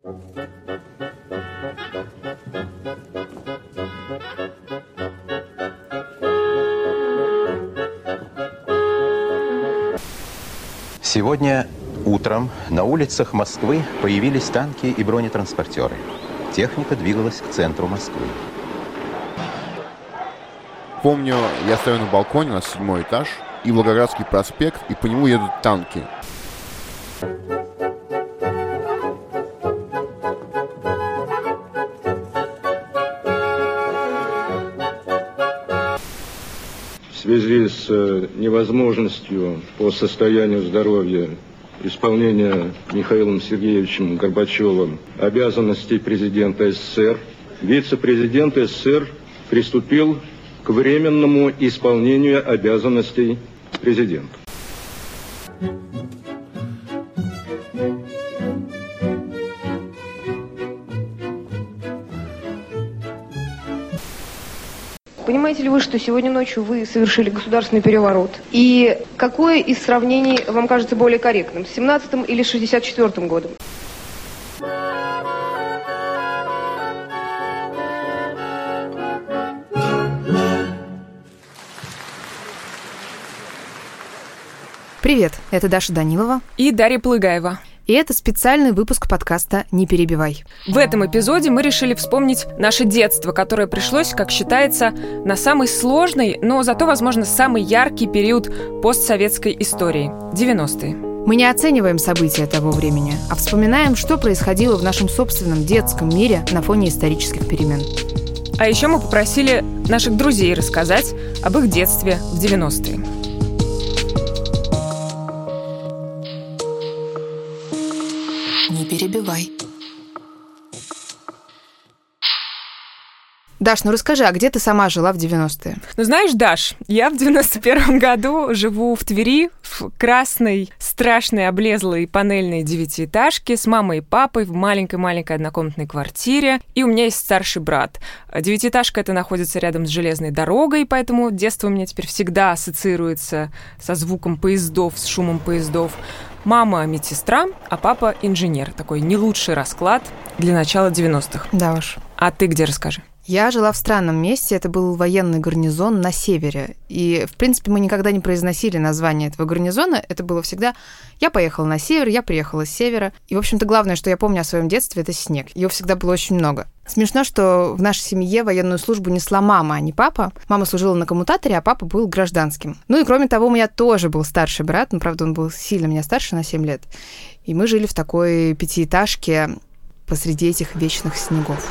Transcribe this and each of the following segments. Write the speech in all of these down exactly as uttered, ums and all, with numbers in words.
Сегодня утром на улицах Москвы появились танки и бронетранспортеры. Техника двигалась к центру Москвы. Помню, я стою на балконе, у нас седьмой этаж, и Волгоградский проспект, и по нему едут танки. В связи с невозможностью по состоянию здоровья исполнения Михаилом Сергеевичем Горбачевым обязанностей президента СССР, вице-президент СССР приступил к временному исполнению обязанностей президента. Понимаете ли вы, что сегодня ночью вы совершили государственный переворот? И какое из сравнений вам кажется более корректным, с семнадцатым или шестьдесят четвёртым годом? Привет, это Даша Данилова и Дарья Плыгаева. И это специальный выпуск подкаста «Не перебивай». В этом эпизоде мы решили вспомнить наше детство, которое пришлось, как считается, на самый сложный, но зато, возможно, самый яркий период постсоветской истории – девяностые. Мы не оцениваем события того времени, а вспоминаем, что происходило в нашем собственном детском мире на фоне исторических перемен. А еще мы попросили наших друзей рассказать об их детстве в девяностые. Не перебивай. Даш, ну расскажи, а где ты сама жила в девяностые? Ну знаешь, Даш, я в девяносто первом году живу в Твери, в красной, страшной, облезлой панельной девятиэтажке с мамой и папой в маленькой-маленькой однокомнатной квартире. И у меня есть старший брат. Девятиэтажка эта находится рядом с железной дорогой, поэтому детство у меня теперь всегда ассоциируется со звуком поездов, с шумом поездов. Мама медсестра, а папа инженер. Такой не лучший расклад для начала девяностых. Да уж. А ты где, расскажи? Я жила в странном месте, это был военный гарнизон на севере. И, в принципе, мы никогда не произносили название этого гарнизона. Это было всегда «я поехала на север», «я приехала с севера». И, в общем-то, главное, что я помню о своем детстве, это снег. Его всегда было очень много. Смешно, что в нашей семье военную службу несла мама, а не папа. Мама служила на коммутаторе, а папа был гражданским. Ну и, кроме того, у меня тоже был старший брат, но, правда, он был сильно меня старше на семь лет. И мы жили в такой пятиэтажке посреди этих вечных снегов.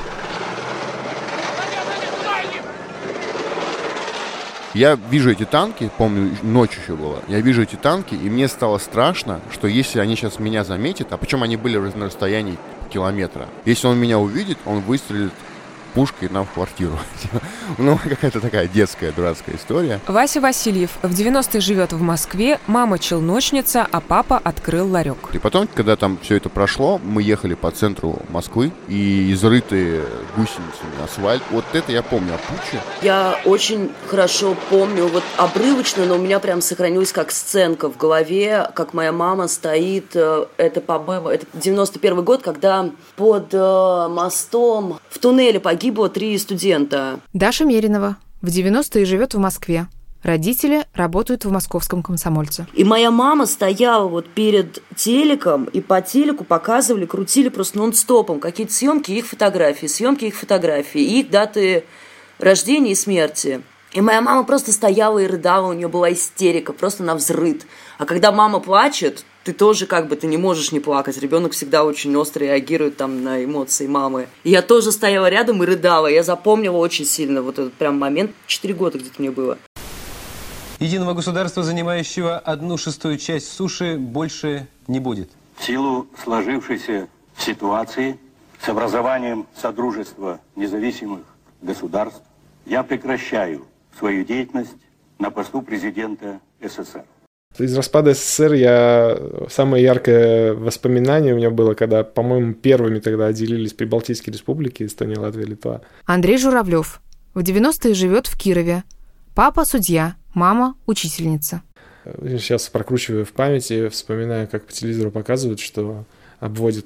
Я вижу эти танки, помню, ночь еще была, я вижу эти танки, и мне стало страшно, что если они сейчас меня заметят, а причем они были на расстоянии километра, если он меня увидит, он выстрелит пушкой нам в квартиру. Ну, какая-то такая детская, дурацкая история. Вася Васильев в девяностые живет в Москве, мама челночница, а папа открыл ларек. И потом, когда там все это прошло, мы ехали по центру Москвы, и изрытые гусеницами асфальт, вот это я помню, а Пучи. Я очень хорошо помню, вот обрывочно, но у меня прям сохранилась как сценка в голове, как моя мама стоит, это, по-моему, это девяносто первый год, когда под мостом в туннеле погибли Погибло три студента. Даша Меринова в девяностые живет в Москве. Родители работают в московском «Комсомольце». И моя мама стояла вот перед телеком, и по телеку показывали, крутили просто нон-стопом какие-то съемки их фотографий, съемки их фотографий, их даты рождения и смерти. И моя мама просто стояла и рыдала, у нее была истерика, просто навзрыд. А когда мама плачет, ты тоже как бы, ты не можешь не плакать. Ребенок всегда очень остро реагирует там на эмоции мамы. И я тоже стояла рядом и рыдала. Я запомнила очень сильно вот этот прям момент. Четыре года где-то мне было. Единого государства, занимающего одну шестую часть суши, больше не будет. В силу сложившейся ситуации с образованием Содружества независимых государств я прекращаю свою деятельность на посту президента СССР. Из распада СССР я... Самое яркое воспоминание у меня было, когда, по-моему, первыми тогда отделились Прибалтийские республики, Эстония, Латвия, Литва. Андрей Журавлев в девяностые живет в Кирове. Папа судья, мама учительница. Сейчас прокручиваю в памяти, вспоминаю, как по телевизору показывают, что обводят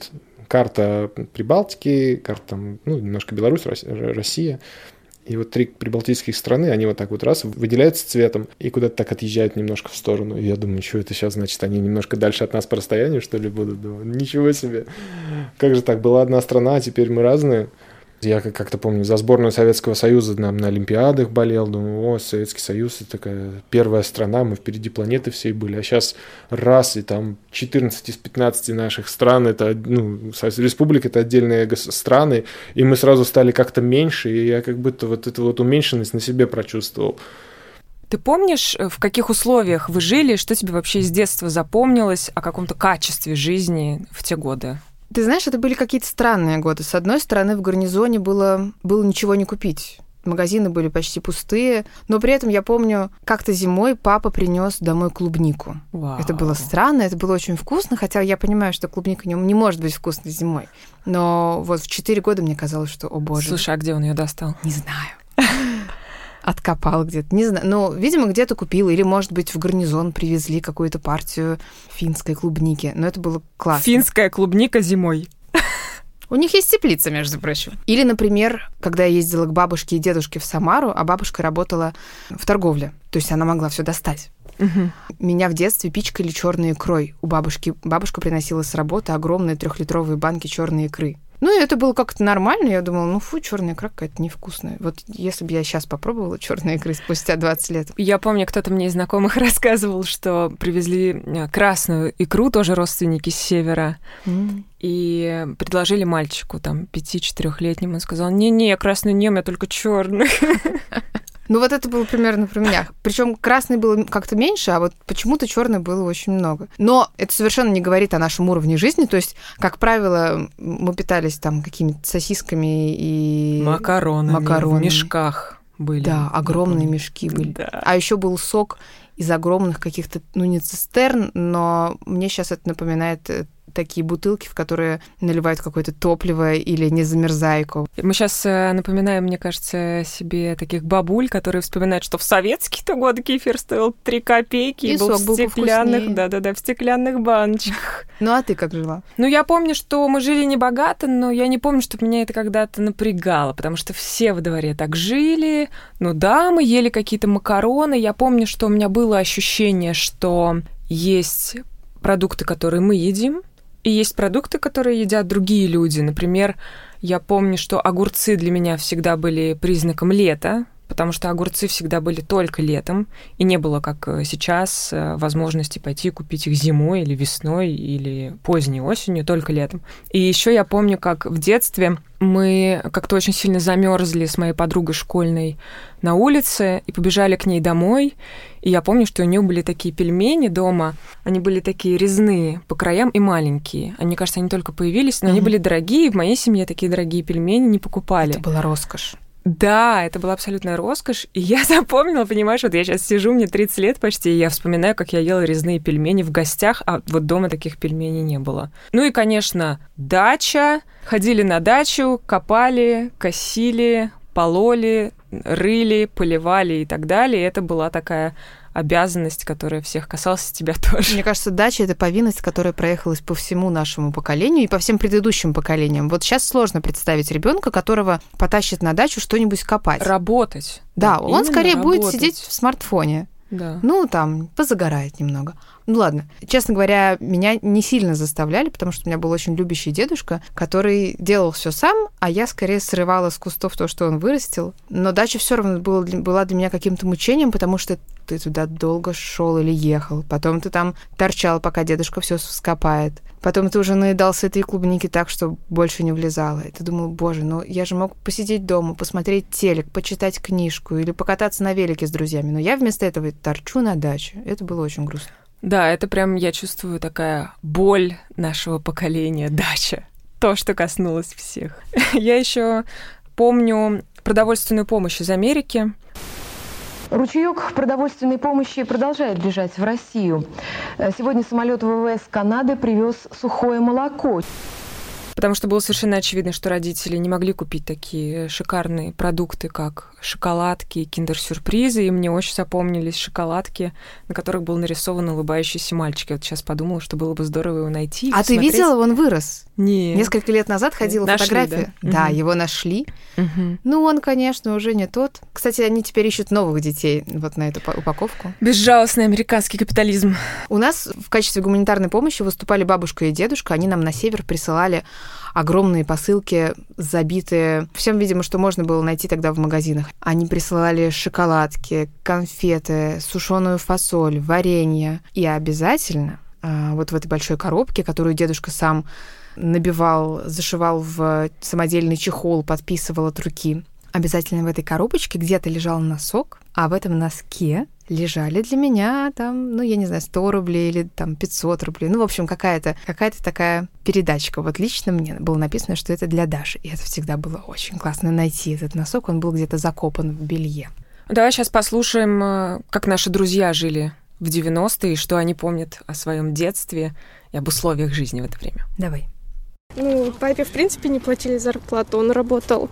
карта Прибалтики, карта там, ну, немножко Беларусь, Россия. И вот три прибалтийских страны, они вот так вот раз выделяются цветом и куда-то так отъезжают немножко в сторону. И я думаю, что это сейчас, значит, они немножко дальше от нас по расстоянию, что ли, будут? Думаю, ничего себе. Как же так? Была одна страна, а теперь мы разные. Я как-то помню, за сборную Советского Союза на, на Олимпиадах болел. Думаю, о, Советский Союз, это такая первая страна, мы впереди планеты всей были. А сейчас раз, и там четырнадцать из пятнадцати наших стран, это, ну, республика, это отдельные страны, и мы сразу стали как-то меньше, и я как будто вот эту вот уменьшенность на себе прочувствовал. Ты помнишь, в каких условиях вы жили, что тебе вообще с детства запомнилось о каком-то качестве жизни в те годы? Ты знаешь, это были какие-то странные годы. С одной стороны, в гарнизоне было, было ничего не купить. Магазины были почти пустые, но при этом я помню, как-то зимой папа принес домой клубнику. Вау. Это было странно, это было очень вкусно, хотя я понимаю, что клубника не, не может быть вкусной зимой. Но вот в четыре года мне казалось, что, о боже. Слушай, а где он ее достал? Не знаю. Откопал где-то, не знаю. Ну, видимо, где-то купил, или, может быть, в гарнизон привезли какую-то партию финской клубники. Но это было классно. Финская клубника зимой. У них есть теплица, между прочим. Или, например, когда я ездила к бабушке и дедушке в Самару, а бабушка работала в торговле. То есть она могла все достать. Угу. Меня в детстве пичкали черной икрой. У бабушки бабушка приносила с работы огромные трехлитровые банки черной икры. Ну, и это было как-то нормально. Я думала, ну, фу, черная икра какая-то невкусная. Вот если бы я сейчас попробовала черной икры спустя двадцать лет. Я помню, кто-то мне из знакомых рассказывал, что привезли красную икру, тоже родственники с севера, mm. и предложили мальчику, там, пяти-четырехлетнему. Он сказал, не-не, я красную не ем, я только черную. Ну, вот это было примерно про меня. Причем красный было как-то меньше, а вот почему-то черный было очень много. Но это совершенно не говорит о нашем уровне жизни. То есть, как правило, мы питались там какими-то сосисками и макаронами, макаронами. В мешках были. Да, огромные мешки были. Да. А еще был сок из огромных каких-то, ну, не цистерн, но мне сейчас это напоминает такие бутылки, в которые наливают какое-то топливо или незамерзайку. Мы сейчас напоминаем, мне кажется, себе таких бабуль, которые вспоминают, что в советские-то годы кефир стоил три копейки и, и был в стеклянных, да-да-да, в стеклянных баночках. Ну, а ты как жила? Ну, я помню, что мы жили небогато, но я не помню, чтобы меня это когда-то напрягало, потому что все во дворе так жили. Ну да, мы ели какие-то макароны. Я помню, что у меня было ощущение, что есть продукты, которые мы едим, и есть продукты, которые едят другие люди. Например, я помню, что огурцы для меня всегда были признаком лета, потому что огурцы всегда были только летом, и не было, как сейчас, возможности пойти купить их зимой или весной, или поздней осенью, только летом. И еще я помню, как в детстве мы как-то очень сильно замерзли с моей подругой школьной на улице и побежали к ней домой. И я помню, что у нее были такие пельмени дома. Они были такие резные по краям и маленькие. Мне кажется, они только появились, но mm-hmm. они были дорогие. В моей семье такие дорогие пельмени не покупали. Это была роскошь. Да, это была абсолютная роскошь. И я запомнила, понимаешь, вот я сейчас сижу, мне тридцать лет почти, и я вспоминаю, как я ела резные пельмени в гостях, а вот дома таких пельменей не было. Ну и, конечно, дача. Ходили на дачу, копали, косили, пололи, рыли, поливали и так далее. И это была такая обязанность, которая всех касалась, тебя тоже. Мне кажется, дача — это повинность, которая проехалась по всему нашему поколению и по всем предыдущим поколениям. Вот сейчас сложно представить ребенка, которого потащит на дачу что-нибудь копать. Работать. Да, да, он скорее работать. будет сидеть в смартфоне. Да. Ну, там, позагорает немного. Ну, ладно. Честно говоря, меня не сильно заставляли, потому что у меня был очень любящий дедушка, который делал все сам, а я скорее срывала с кустов то, что он вырастил. Но дача все равно была для, была для меня каким-то мучением, потому что ты туда долго шел или ехал. Потом ты там торчал, пока дедушка все вскопает. Потом ты уже наедался этой клубники так, что больше не влезало. И ты думал, боже, ну я же мог посидеть дома, посмотреть телек, почитать книжку или покататься на велике с друзьями. Но я вместо этого торчу на даче. Это было очень грустно. Да, это прям, я чувствую, такая боль нашего поколения, дача. То, что коснулось всех. Я еще помню продовольственную помощь из Америки. Ручеек продовольственной помощи продолжает бежать в Россию. Сегодня самолет ВВС Канады привез сухое молоко. потому что было совершенно очевидно, что родители не могли купить такие шикарные продукты, как шоколадки и киндер-сюрпризы, и мне очень запомнились шоколадки, на которых был нарисован улыбающийся мальчик. Я вот сейчас подумала, что было бы здорово его найти. А посмотреть. ты видела, он вырос? Нет. Несколько лет назад ходила нашли, фотография. Да, да угу. его нашли. Угу. Ну, он, конечно, уже не тот. Кстати, они теперь ищут новых детей вот на эту упаковку. Безжалостный американский капитализм. У нас в качестве гуманитарной помощи выступали бабушка и дедушка. Они нам на север присылали огромные посылки, забитые всем, видимо, что можно было найти тогда в магазинах. Они присылали шоколадки, конфеты, сушеную фасоль, варенье. И обязательно вот в этой большой коробке, которую дедушка сам набивал, зашивал в самодельный чехол, подписывал от руки. Обязательно в этой коробочке где-то лежал носок, а в этом носке лежали для меня там, ну, я не знаю, сто рублей или там пятьсот рублей. Ну, в общем, какая-то, какая-то такая передачка. Вот лично мне было написано, что это для Даши. И это всегда было очень классно найти этот носок. Он был где-то закопан в белье. Давай сейчас послушаем, как наши друзья жили в девяностые, и что они помнят о своем детстве и об условиях жизни в это время. Давай. Ну, папе, в принципе, не платили зарплату. Он работал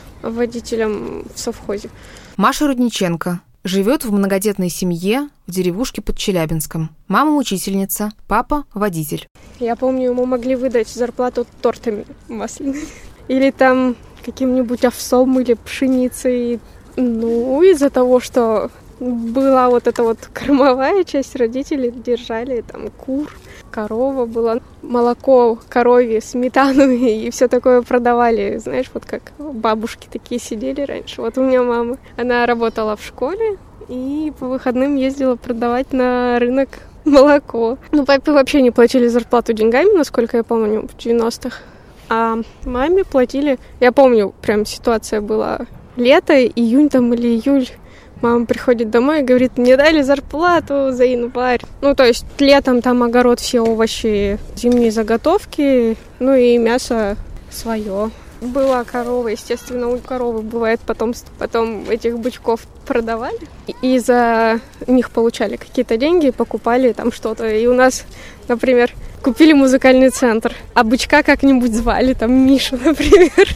водителем в совхозе. Маша Рудниченко живет в многодетной семье в деревушке под Челябинском. Мама учительница, папа водитель. Я помню, ему могли выдать зарплату тортами масляными. Или там каким-нибудь овсом или пшеницей. Ну, из-за того, что была вот эта вот кормовая часть, родители держали там кур, корова была, молоко коровье, сметану и все такое продавали. Знаешь, вот как бабушки такие сидели раньше. Вот у меня мама, она работала в школе и по выходным ездила продавать на рынок молоко. Ну, папе вообще не платили зарплату деньгами, насколько я помню, в девяностых. А маме платили, я помню, прям ситуация была лето, июнь там или июль. Мама приходит домой и говорит, мне дали зарплату за январь. Ну, то есть летом там огород, все овощи, зимние заготовки, ну и мясо свое. Была корова, естественно, у коровы бывает потомство. Потом этих бычков продавали, и за них получали какие-то деньги, покупали там что-то. И у нас, например, купили музыкальный центр, а бычка как-нибудь звали, там Миша, например.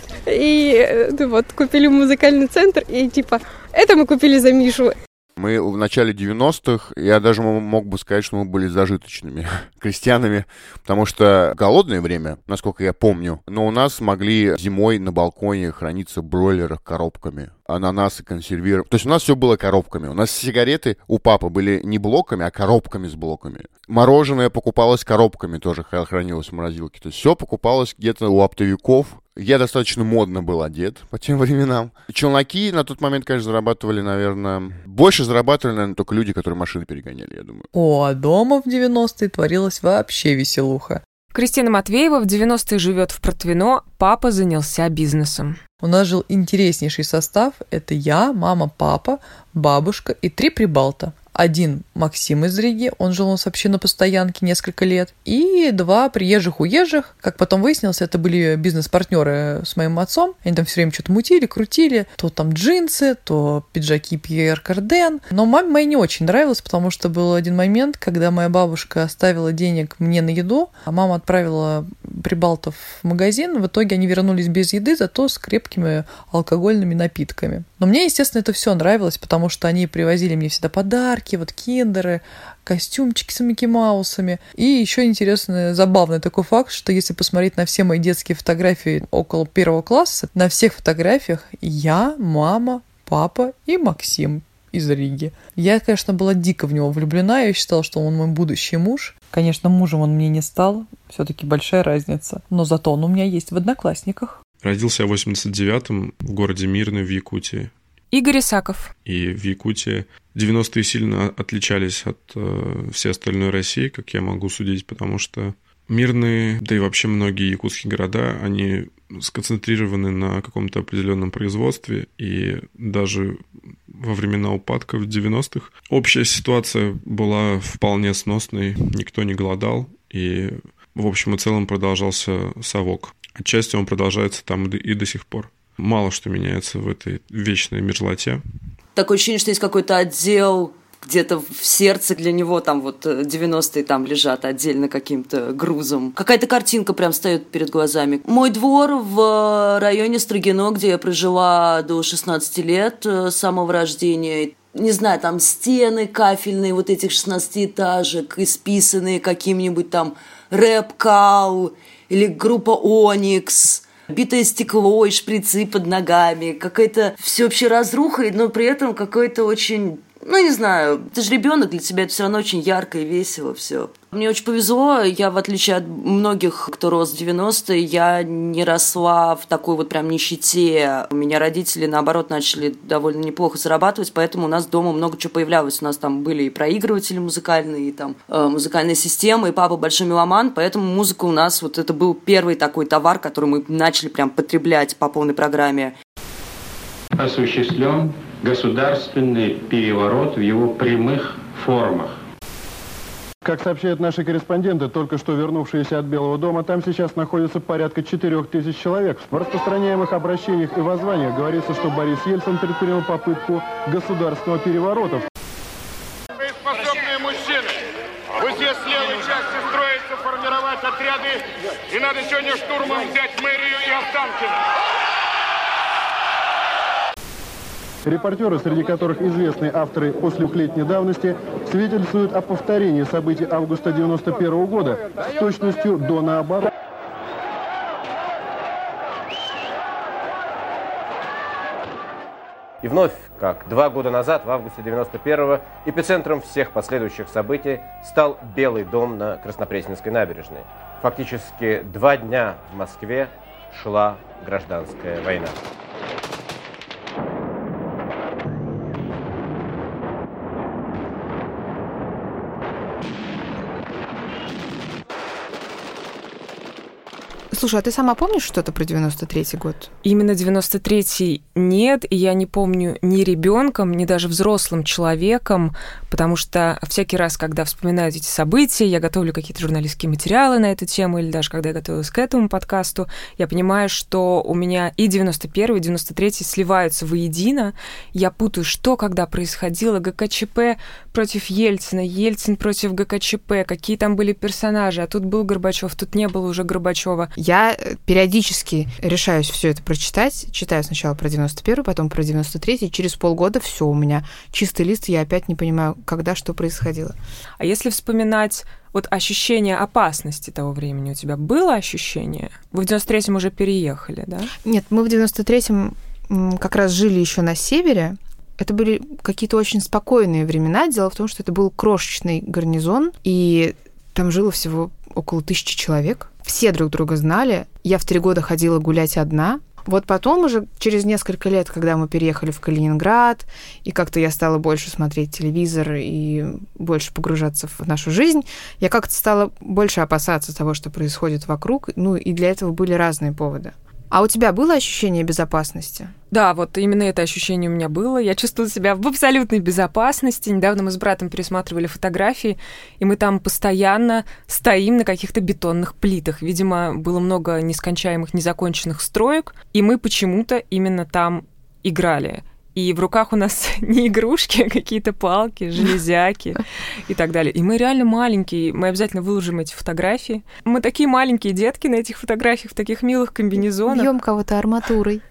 И ну, вот купили музыкальный центр, и типа, это мы купили за Мишу. Мы в начале девяностых, я даже мог бы сказать, что мы были зажиточными крестьянами, потому что голодное время, насколько я помню, но у нас могли зимой на балконе храниться бройлеры коробками, ананасы консервировать. То есть у нас все было коробками. У нас сигареты у папы были не блоками, а коробками с блоками. Мороженое покупалось коробками, тоже хранилось в морозилке. То есть все покупалось где-то у оптовиков. Я достаточно модно был одет по тем временам. Челноки на тот момент, конечно, зарабатывали, наверное... Больше зарабатывали, наверное, только люди, которые машины перегоняли, я думаю. О, а дома в девяностые творилась вообще веселуха. Кристина Матвеева в девяностые живет в Протвино, папа занялся бизнесом. У нас жил интереснейший состав. Это я, мама, папа, бабушка и три прибалта. Один Максим из Риги, он жил у нас вообще на постоянке несколько лет, и два приезжих-уезжих. Как потом выяснилось, это были бизнес-партнеры с моим отцом. Они там все время что-то мутили, крутили. То там джинсы, то пиджаки Пьер Карден. Но маме моей не очень нравилось, потому что был один момент, когда моя бабушка оставила денег мне на еду, а мама отправила прибалтов в магазин. В итоге они вернулись без еды, зато с крепкими алкогольными напитками. Но мне, естественно, это все нравилось, потому что они привозили мне всегда подарки, вот киндеры, костюмчики с Микки Маусами. И еще интересный, забавный такой факт, что если посмотреть на все мои детские фотографии около первого класса, на всех фотографиях я, мама, папа и Максим из Риги. Я, конечно, была дико в него влюблена, я считала, что он мой будущий муж. Конечно, мужем он мне не стал, все-таки большая разница. Но зато он у меня есть в Одноклассниках. Родился я в восемьдесят девятом в городе Мирный в Якутии. Игорь Исаков. И в Якутии девяностые сильно отличались от э, всей остальной России, как я могу судить, потому что Мирные, да и вообще многие якутские города, они сконцентрированы на каком-то определенном производстве, и даже во времена упадка в девяностых общая ситуация была вполне сносной, никто не голодал, и в общем и целом продолжался совок. Отчасти он продолжается там и до сих пор. Мало что меняется в этой вечной мерзлоте. Такое ощущение, что есть какой-то отдел где-то в сердце для него там вот девяностые там лежат отдельно каким-то грузом. Какая-то картинка прям встает перед глазами. Мой двор в районе Строгино, где я прожила до шестнадцати лет с самого рождения. Не знаю, там стены кафельные вот этих шестнадцатиэтажек, исписанные каким-нибудь там рэп-кал или группа Оникс, битое стекло и шприцы под ногами, какая-то всеобщая разруха, но при этом какой-то очень... Ну, не знаю, ты же ребенок, для тебя это все равно очень ярко и весело все. Мне очень повезло, я, в отличие от многих, кто рос в девяностые, я не росла в такой вот прям нищете. У меня родители, наоборот, начали довольно неплохо зарабатывать, поэтому у нас дома много чего появлялось. У нас там были и проигрыватели музыкальные, и там э, музыкальная система, и папа большой меломан, поэтому музыка у нас, вот это был первый такой товар, который мы начали прям потреблять по полной программе. Осуществлен государственный переворот в его прямых формах. Как сообщают наши корреспонденты, только что вернувшиеся от Белого дома, там сейчас находится порядка четырех тысяч человек. В распространяемых обращениях и воззваниях говорится, что Борис Ельцин предпринял попытку государственного переворота. Боеспособные мужчины, вы все с левой части строятся формировать отряды, и надо сегодня штурмом взять мэрию и Останкино. Репортеры, среди которых известные авторы послевоенной давности, свидетельствуют о повторении событий августа девяносто первого года с точностью до наоборот. И вновь, как два года назад, в августе девяносто первого, эпицентром всех последующих событий стал Белый дом на Краснопресненской набережной. Фактически два дня в Москве шла гражданская война. Слушай, а ты сама помнишь что-то про девяносто третий год? Именно девяносто третий нет, и я не помню ни ребенком, ни даже взрослым человеком, потому что всякий раз, когда вспоминаю эти события, я готовлю какие-то журналистские материалы на эту тему, или даже когда я готовилась к этому подкасту, я понимаю, что у меня и девяносто первый, и девяносто третий сливаются воедино. Я путаю, что когда происходило, ГКЧП против Ельцина, Ельцин против ГКЧП, какие там были персонажи, а тут был Горбачев, тут не было уже Горбачева. Я периодически решаюсь все это прочитать. Читаю сначала про девяносто первый, потом про девяносто третий. И через полгода все у меня чистый лист, я опять не понимаю, когда что происходило. А если вспоминать вот ощущение опасности того времени, у тебя было ощущение? Вы в девяносто третьем уже переехали, да? Нет, мы в девяносто третьем как раз жили еще на севере. Это были какие-то очень спокойные времена. Дело в том, что это был крошечный гарнизон, и там жило всего около тысячи человек. Все друг друга знали. Я в три года ходила гулять одна. Вот потом уже через несколько лет, когда мы переехали в Калининград, и как-то я стала больше смотреть телевизор и больше погружаться в нашу жизнь, я как-то стала больше опасаться того, что происходит вокруг. Ну, и для этого были разные поводы. А у тебя было ощущение безопасности? Да, вот именно это ощущение у меня было. Я чувствовала себя в абсолютной безопасности. Недавно мы с братом пересматривали фотографии, и мы там постоянно стоим на каких-то бетонных плитах. Видимо, было много нескончаемых, незаконченных строек, и мы почему-то именно там играли. И в руках у нас не игрушки, а какие-то палки, железяки и так далее. И мы реально маленькие. Мы обязательно выложим эти фотографии. Мы такие маленькие детки на этих фотографиях, в таких милых комбинезонах. Бьем кого-то арматурой.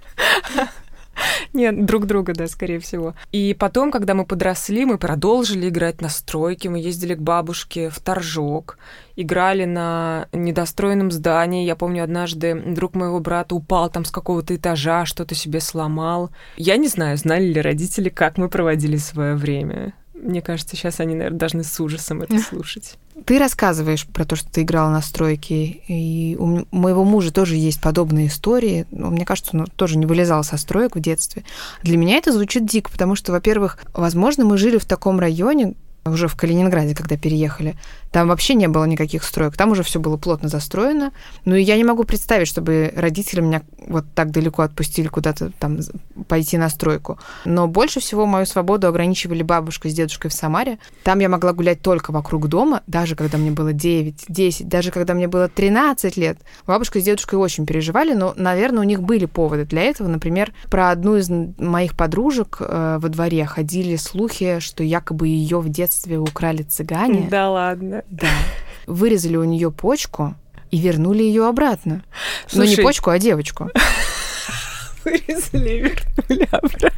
Нет, друг друга, да, скорее всего. И потом, когда мы подросли, мы продолжили играть на стройке, мы ездили к бабушке в Торжок, играли на недостроенном здании. Я помню, однажды друг моего брата упал там с какого-то этажа, что-то себе сломал. Я не знаю, знали ли родители, как мы проводили свое время. Мне кажется, сейчас они, наверное, должны с ужасом это слушать. Ты рассказываешь про то, что ты играла на стройке, и у моего мужа тоже есть подобные истории. Мне кажется, он тоже не вылезал со строек в детстве. Для меня это звучит дико, потому что, во-первых, возможно, мы жили в таком районе, уже в Калининграде, когда переехали, Там вообще не было никаких строек, там уже все было плотно застроено. Ну и я не могу представить, чтобы родители меня вот так далеко отпустили куда-то там пойти на стройку. Но больше всего мою свободу ограничивали бабушка с дедушкой в Самаре. Там я могла гулять только вокруг дома, даже когда мне было девять, десять, даже когда мне было тринадцать лет. Бабушка с дедушкой очень переживали, но, наверное, у них были поводы для этого. Например, про одну из моих подружек э, во дворе ходили слухи, что якобы ее в детстве украли цыгане. Да ладно. Да. Вырезали у нее почку и вернули ее обратно. Слушай, но не почку, а девочку. Вырезали и вернули обратно.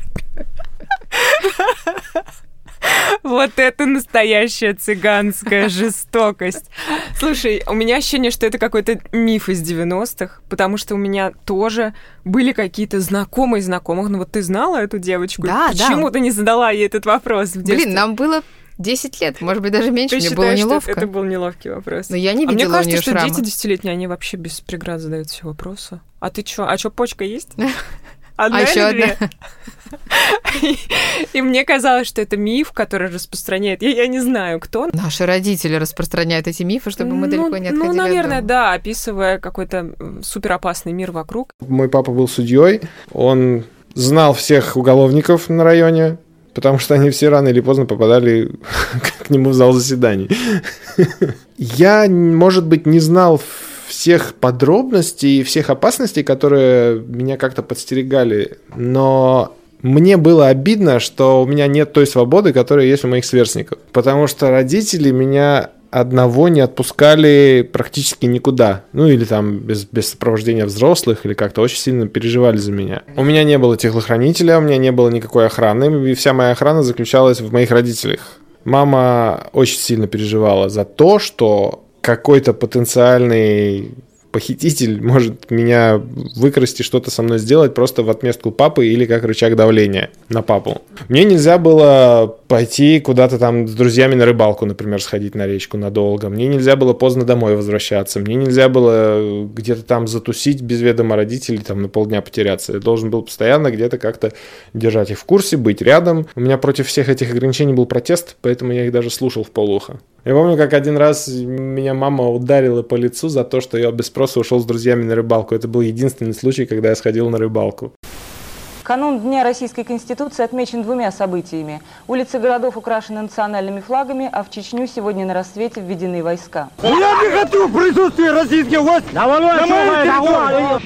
Вот это настоящая цыганская жестокость. Слушай, у меня ощущение, что это какой-то миф из девяностых, потому что у меня тоже были какие-то знакомые знакомых. Ну вот ты знала эту девочку? Да, Почему да. ты не задала ей этот вопрос в детстве? Блин, нам было десять лет, может быть, даже меньше. Ты Мне считаешь, было неловко. Что это был неловкий вопрос? Но я не а видела мне кажется, у нее что шрама. дети десятилетние, они вообще без преград задают все вопросы. А ты что? А что, почка есть? Одна а или еще две? одна. И, и мне казалось, что это миф, который распространяет... Я, я не знаю, кто. Наши родители распространяют эти мифы, чтобы мы далеко ну, не отходили Ну, наверное, от дома. да, описывая какой-то суперопасный мир вокруг. Мой папа был судьей, он знал всех уголовников на районе, потому что они все рано или поздно попадали к нему в зал заседаний. Я, может быть, не знал всех подробностей и всех опасностей, которые меня как-то подстерегали, но мне было обидно, что у меня нет той свободы, которая есть у моих сверстников, потому что родители меня одного не отпускали практически никуда, ну или там без, без сопровождения взрослых, или как-то очень сильно переживали за меня. У меня не было телохранителя, у меня не было никакой охраны, и вся моя охрана заключалась в моих родителях. Мама очень сильно переживала за то, что какой-то потенциальный похититель может меня выкрасть и что-то со мной сделать просто в отместку папы или как рычаг давления на папу. Мне нельзя было пойти куда-то там с друзьями на рыбалку, например, сходить на речку надолго. Мне нельзя было поздно домой возвращаться. Мне нельзя было где-то там затусить без ведома родителей, там на полдня потеряться. Я должен был постоянно где-то как-то держать их в курсе, быть рядом. У меня против всех этих ограничений был протест, поэтому я их даже слушал в полуха. Я помню, как один раз меня мама ударила по лицу за то, что я без спроса ушел с друзьями на рыбалку. Это был единственный случай, когда я сходил на рыбалку. Канун Дня Российской Конституции отмечен двумя событиями. Улицы городов украшены национальными флагами, а в Чечню сегодня на рассвете введены войска. Я не хочу в присутствии российских войск на моей территории.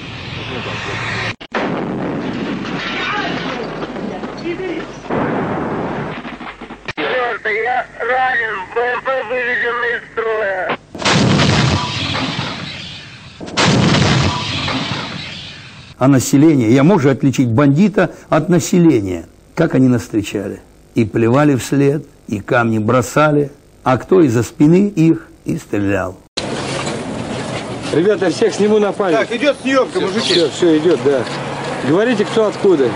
Я ранен, БМП выведен из строя. А население, я могу отличить бандита от населения. Как они нас встречали? И плевали вслед, и камни бросали, а кто из-за спины их и стрелял. Ребята, всех сниму на память. Так, идет съемка, мужики. Все, все идет, да. Говорите, кто откуда.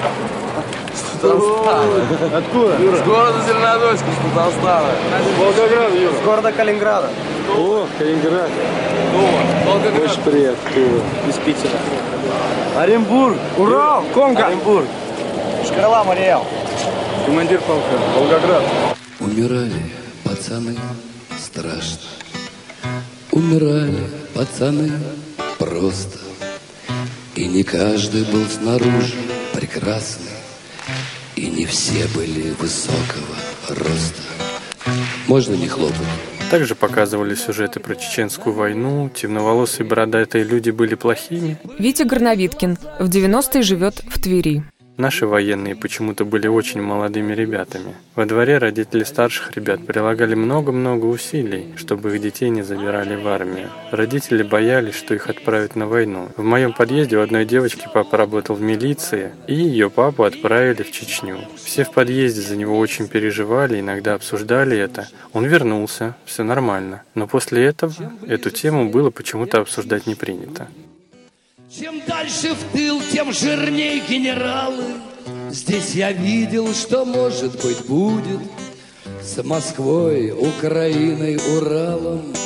Откуда? С города Зеленодольска, с Татарстана. Волгоград, Юра. С города Калининграда. О, Калининград. Тула. Волгоград. Очень приятно. Тула. Из Питера. Оренбург. Урал. Конго. Оренбург. Шкала, Мариэл. Командир полка. Волгоград. Умирали пацаны страшно. Умирали пацаны просто. И не каждый был снаружи прекрасный. И не все были высокого роста. Можно не хлопать. Также показывали сюжеты про Чеченскую войну, темноволосые бородатые люди были плохими. Витя Горновиткин в девяностые живет в Твери. Наши военные почему-то были очень молодыми ребятами. Во дворе родители старших ребят прилагали много-много усилий, чтобы их детей не забирали в армию. Родители боялись, что их отправят на войну. В моем подъезде у одной девочки папа работал в милиции, и ее папу отправили в Чечню. Все в подъезде за него очень переживали, иногда обсуждали это. Он вернулся, все нормально. Но после этого эту тему было почему-то обсуждать не принято. Чем дальше в тыл, тем жирней генералы. Здесь я видел, что, может быть, будет с Москвой, Украиной, Уралом.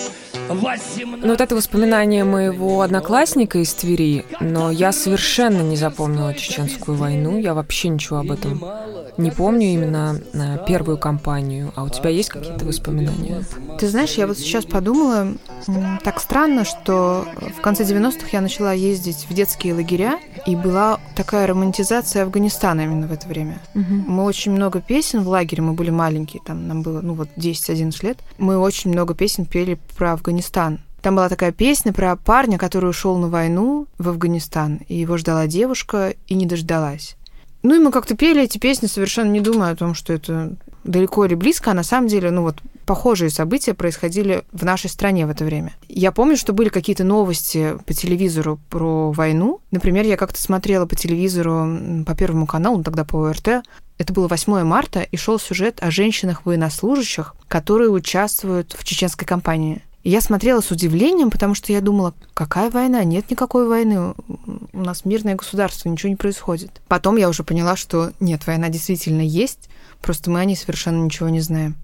Ну, вот это воспоминание моего одноклассника из Твери, но я совершенно не запомнила Чеченскую войну, я вообще ничего об этом не помню, именно первую кампанию. А у тебя есть какие-то воспоминания? Ты знаешь, я вот сейчас подумала, так странно, что в конце девяностых я начала ездить в детские лагеря, и была такая романтизация Афганистана именно в это время. Угу. Мы очень много песен в лагере, мы были маленькие, там нам было, ну вот, десять-одиннадцать лет, мы очень много песен пели про Афганистан. Там была такая песня про парня, который ушел на войну в Афганистан, и его ждала девушка, и не дождалась. Ну и мы как-то пели эти песни, совершенно не думая о том, что это далеко или близко, а на самом деле, ну вот, похожие события происходили в нашей стране в это время. Я помню, что были какие-то новости по телевизору про войну. Например, я как-то смотрела по телевизору по Первому каналу, тогда по ОРТ. Это было восьмое марта, и шел сюжет о женщинах-военнослужащих, которые участвуют в чеченской кампании. И я смотрела с удивлением, потому что я думала, какая война? Нет никакой войны. У нас мирное государство, ничего не происходит. Потом я уже поняла, что нет, война действительно есть, просто мы о ней совершенно ничего не знаем.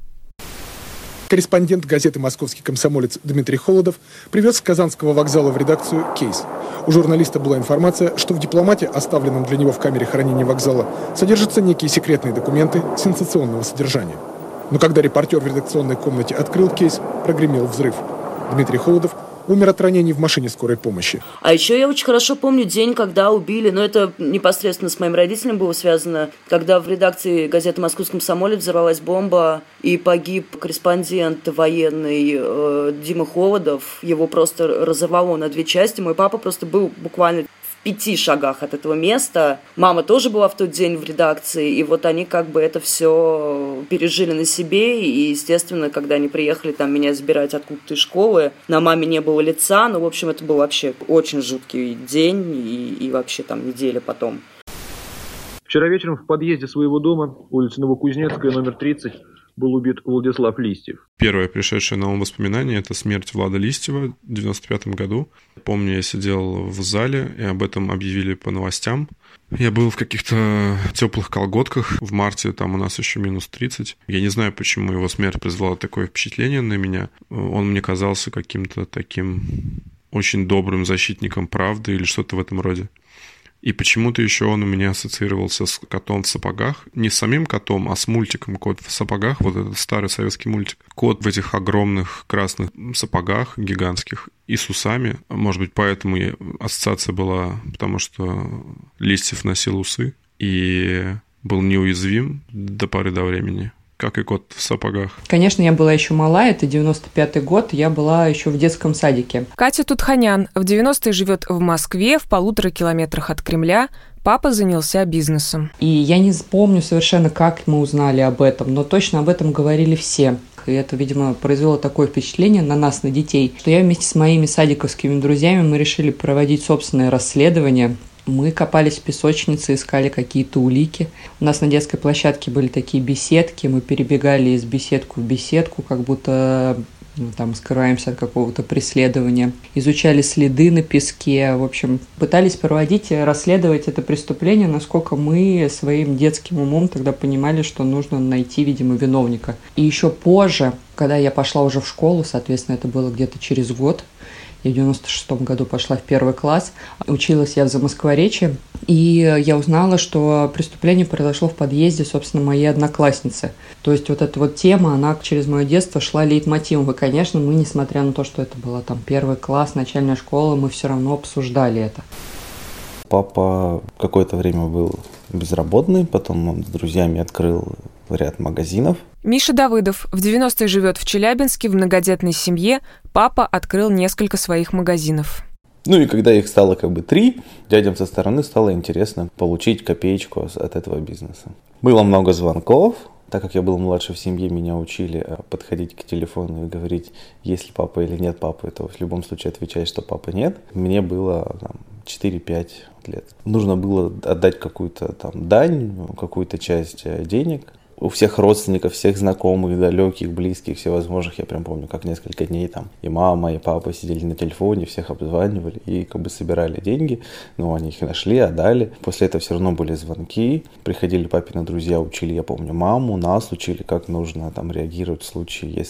Корреспондент газеты «Московский комсомолец» Дмитрий Холодов привез с Казанского вокзала в редакцию кейс. У журналиста была информация, что в дипломате, оставленном для него в камере хранения вокзала, содержатся некие секретные документы сенсационного содержания. Но когда репортер в редакционной комнате открыл кейс, прогремел взрыв. Дмитрий Холодов умер от ранений в машине скорой помощи. А еще я очень хорошо помню день, когда убили, но это непосредственно с моим родителем было связано, когда в редакции газеты «Московский комсомолец» взорвалась бомба, и погиб корреспондент военный э, Дима Холодов. Его просто разорвало на две части. Мой папа просто был буквально в пяти шагах от этого места. Мама тоже была в тот день в редакции, и вот они как бы это все пережили на себе, и, естественно, когда они приехали там меня забирать откуда-то из школы, на маме не было лица, ну, в общем, это был вообще очень жуткий день, и, и вообще там неделя потом. Вчера вечером в подъезде своего дома, улица Новокузнецкая, номер тридцать, был убит Владислав Листьев. Первое пришедшее на ум воспоминание – это смерть Влада Листьева в девяносто пятом году. Помню, я сидел в зале, и об этом объявили по новостям. Я был в каких-то теплых колготках. В марте там у нас еще минус тридцать. Я не знаю, почему его смерть произвела такое впечатление на меня. Он мне казался каким-то таким очень добрым защитником правды или что-то в этом роде. И почему-то еще он у меня ассоциировался с котом в сапогах. Не с самим котом, а с мультиком «Кот в сапогах». Вот этот старый советский мультик. Кот в этих огромных красных сапогах, гигантских, и с усами. Может быть, поэтому ассоциация была, потому что Листьев носил усы и был неуязвим до поры до времени. Как и кот в сапогах. Конечно, я была еще мала, это девяносто пятый год, я была еще в детском садике. Катя Тутханян в девяностые живет в Москве, в полутора километрах от Кремля. Папа занялся бизнесом. И я не помню совершенно, как мы узнали об этом, но точно об этом говорили все. И это, видимо, произвело такое впечатление на нас, на детей, что я вместе с моими садиковскими друзьями мы решили проводить собственное расследование. Мы копались в песочнице, искали какие-то улики. У нас на детской площадке были такие беседки. Мы перебегали из беседку в беседку, как будто мы там скрываемся от какого-то преследования. Изучали следы на песке. В общем, пытались проводить, расследовать это преступление, насколько мы своим детским умом тогда понимали, что нужно найти, видимо, виновника. И еще позже, когда я пошла уже в школу, соответственно, это было где-то через год, я в девяносто шестом году пошла в первый класс, училась я в Замоскворечье, и я узнала, что преступление произошло в подъезде, собственно, моей одноклассницы. То есть вот эта вот тема, она через мое детство шла лейтмотивом. И, конечно, мы, несмотря на то, что это была там первый класс, начальная школа, мы все равно обсуждали это. Папа какое-то время был безработный, потом он с друзьями открыл ряд магазинов. Миша Давыдов в девяностые живет в Челябинске в многодетной семье. Папа открыл несколько своих магазинов. Ну и когда их стало как бы три, дядям со стороны стало интересно получить копеечку от этого бизнеса. Было много звонков. Так как я был младше в семье, меня учили подходить к телефону и говорить, есть ли папа или нет папы, то в любом случае отвечать, что папы нет. Мне было там, четыре-пять лет. Нужно было отдать какую-то там дань, какую-то часть денег. У всех родственников, всех знакомых, далеких, близких, всевозможных, я прям помню, как несколько дней там и мама, и папа сидели на телефоне, всех обзванивали и как бы собирали деньги, но они их нашли, отдали. После этого все равно были звонки, приходили папины друзья, учили, я помню, маму, нас учили, как нужно там реагировать в случае, если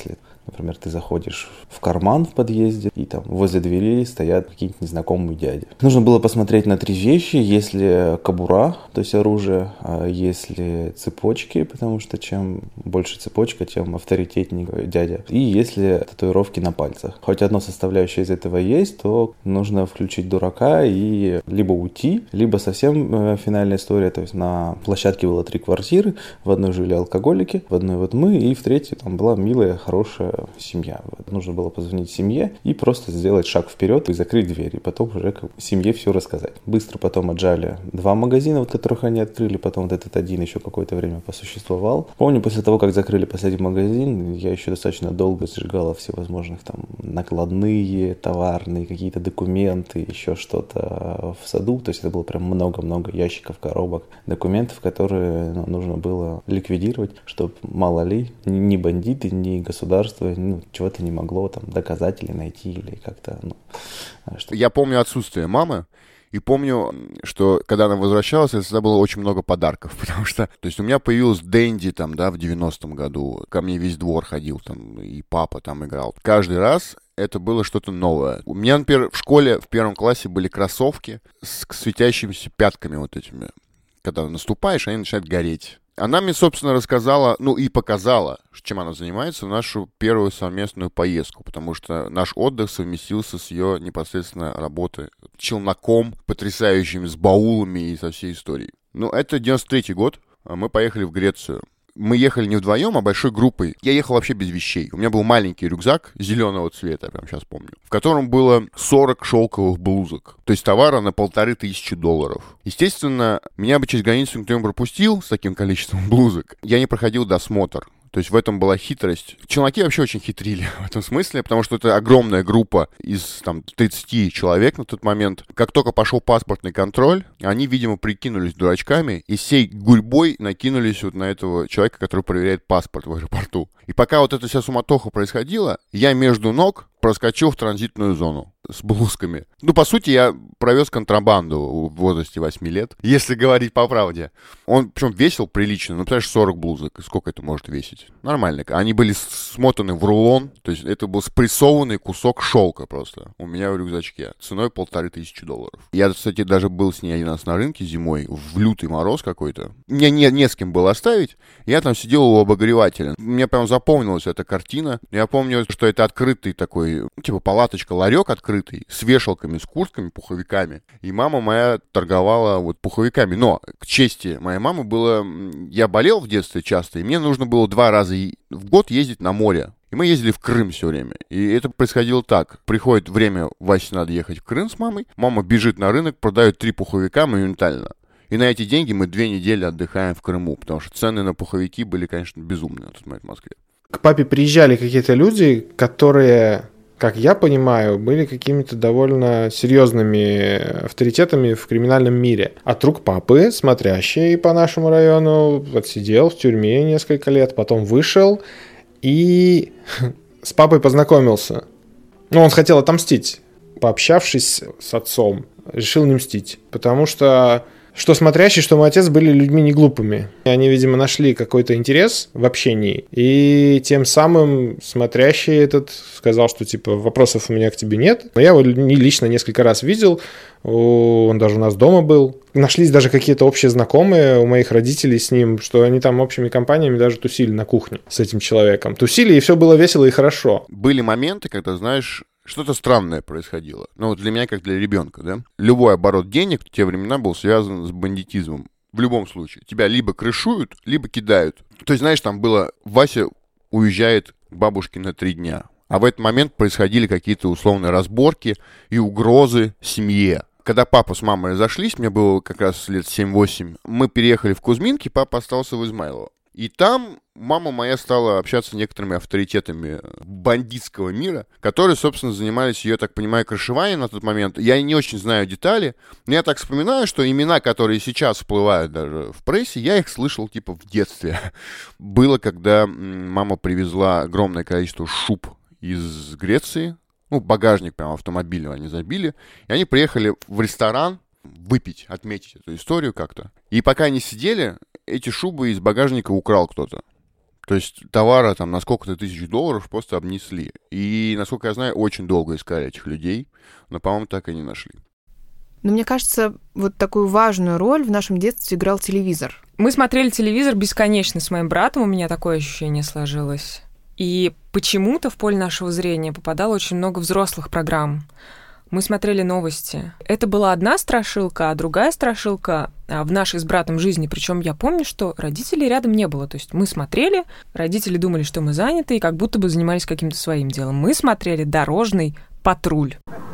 Например, ты заходишь в карман в подъезде, и там возле двери стоят какие-нибудь незнакомые дяди. Нужно было посмотреть на три вещи. Если кобура, то есть оружие, а если цепочки, потому что чем больше цепочка, тем авторитетнее дядя. И если татуировки на пальцах. Хоть одна составляющая из этого есть, то нужно включить дурака и либо уйти, либо совсем э, финальная история. То есть на площадке было три квартиры, в одной жили алкоголики, в одной вот мы, и в третьей там была милая, хорошая семья. Нужно было позвонить семье и просто сделать шаг вперед и закрыть дверь, и потом уже как бы семье все рассказать. Быстро потом отжали два магазина, вот которых они открыли, потом вот этот один еще какое-то время посуществовал. Помню, после того, как закрыли последний магазин, я еще достаточно долго сжигала всевозможных там накладные, товарные, какие-то документы, еще что-то в саду. То есть это было прям много-много ящиков, коробок, документов, которые ну, нужно было ликвидировать, чтобы мало ли ни бандиты, ни государство ну, чего-то не могло там доказать или найти, или как-то... Ну, что... Я помню отсутствие мамы. И помню, что когда она возвращалась, это всегда было очень много подарков, потому что, то есть у меня появилась Дэнди там, да, в девяностом году, ко мне весь двор ходил там, и папа там играл. Каждый раз это было что-то новое. У меня, например, в школе в первом классе были кроссовки с светящимися пятками вот этими. Когда наступаешь, они начинают гореть. Она мне, собственно, рассказала, ну и показала, чем она занимается, в нашу первую совместную поездку, потому что наш отдых совместился с ее непосредственно работой челноком, потрясающими, с баулами и со всей историей. Ну, это девяносто третий год, мы поехали в Грецию. Мы ехали не вдвоем, а большой группой. Я ехал вообще без вещей. У меня был маленький рюкзак зеленого цвета, я прям сейчас помню, в котором было сорок шелковых блузок. То есть товара на полторы тысячи долларов. Естественно, меня бы через границу никто не пропустил с таким количеством блузок. Я не проходил досмотр. То есть в этом была хитрость. Челноки вообще очень хитрили в этом смысле, потому что это огромная группа из там тридцати человек на тот момент. Как только пошел паспортный контроль, они, видимо, прикинулись дурачками и всей гурьбой накинулись вот на этого человека, который проверяет паспорт в аэропорту. И пока вот эта вся суматоха происходила, я между ног проскочил в транзитную зону с блузками. Ну, по сути, я провез контрабанду в возрасте восьми лет, если говорить по правде. Он, причем, весил прилично, ну, представляешь, сорок блузок. Сколько это может весить? Нормально. Они были смотаны в рулон, то есть это был спрессованный кусок шелка просто у меня в рюкзачке, ценой полторы тысячи долларов. Я, кстати, даже был с ней один раз на рынке зимой, в лютый мороз какой-то. Мне не, не с кем было оставить, я там сидел у обогревателя. Мне прям запомнилась эта картина. Я помню, что это открытый такой, типа палаточка, ларек открытый, с вешалками, с куртками, пуховиками. И мама моя торговала вот пуховиками. Но, к чести моей мамы было... Я болел в детстве часто, и мне нужно было два раза в год ездить на море. И мы ездили в Крым все время. И это происходило так. Приходит время, Васе надо ехать в Крым с мамой. Мама бежит на рынок, продает три пуховика моментально. И на эти деньги мы две недели отдыхаем в Крыму, потому что цены на пуховики были, конечно, безумные на тот момент в Москве. К папе приезжали какие-то люди, которые, как я понимаю, были какими-то довольно серьезными авторитетами в криминальном мире. От рук папы, смотрящий по нашему району, отсидел в тюрьме несколько лет, потом вышел и с папой познакомился. Ну, он хотел отомстить. Пообщавшись с отцом, решил не мстить, потому что... Что смотрящий, что мой отец были людьми не глупыми. Они, видимо, нашли какой-то интерес в общении, и тем самым смотрящий этот сказал, что, типа, вопросов у меня к тебе нет. Но я его лично несколько раз видел, он даже у нас дома был. Нашлись даже какие-то общие знакомые у моих родителей с ним, что они там общими компаниями даже тусили на кухне с этим человеком. Тусили, и все было весело и хорошо. Были моменты, когда, знаешь... Что-то странное происходило. Ну, вот для меня, как для ребенка, да? Любой оборот денег в те времена был связан с бандитизмом. В любом случае. Тебя либо крышуют, либо кидают. То есть, знаешь, там было... Вася уезжает к бабушке на три дня. А в этот момент происходили какие-то условные разборки и угрозы семье. Когда папа с мамой разошлись, мне было как раз лет семь-восемь, мы переехали в Кузьминки, папа остался в Измайлово. И там мама моя стала общаться с некоторыми авторитетами бандитского мира, которые, собственно, занимались ее, так понимаю, крышеванием на тот момент. Я не очень знаю детали, но я так вспоминаю, что имена, которые сейчас всплывают даже в прессе, я их слышал типа в детстве. Было, когда мама привезла огромное количество шуб из Греции, ну, багажник прям автомобильного они забили, и они приехали в ресторан выпить, отметить эту историю как-то. И пока они сидели, эти шубы из багажника украл кто-то. То есть товара там на сколько-то тысяч долларов просто обнесли. И, насколько я знаю, очень долго искали этих людей, но, по-моему, так и не нашли. Но мне кажется, вот такую важную роль в нашем детстве играл телевизор. Мы смотрели телевизор бесконечно с моим братом, у меня такое ощущение сложилось. И почему-то в поле нашего зрения попадало очень много взрослых программ. Мы смотрели новости. Это была одна страшилка, а другая страшилка в нашей с братом жизни. Причем я помню, что родителей рядом не было. То есть мы смотрели, родители думали, что мы заняты, и как будто бы занимались каким-то своим делом. Мы смотрели «Дорожный патруль».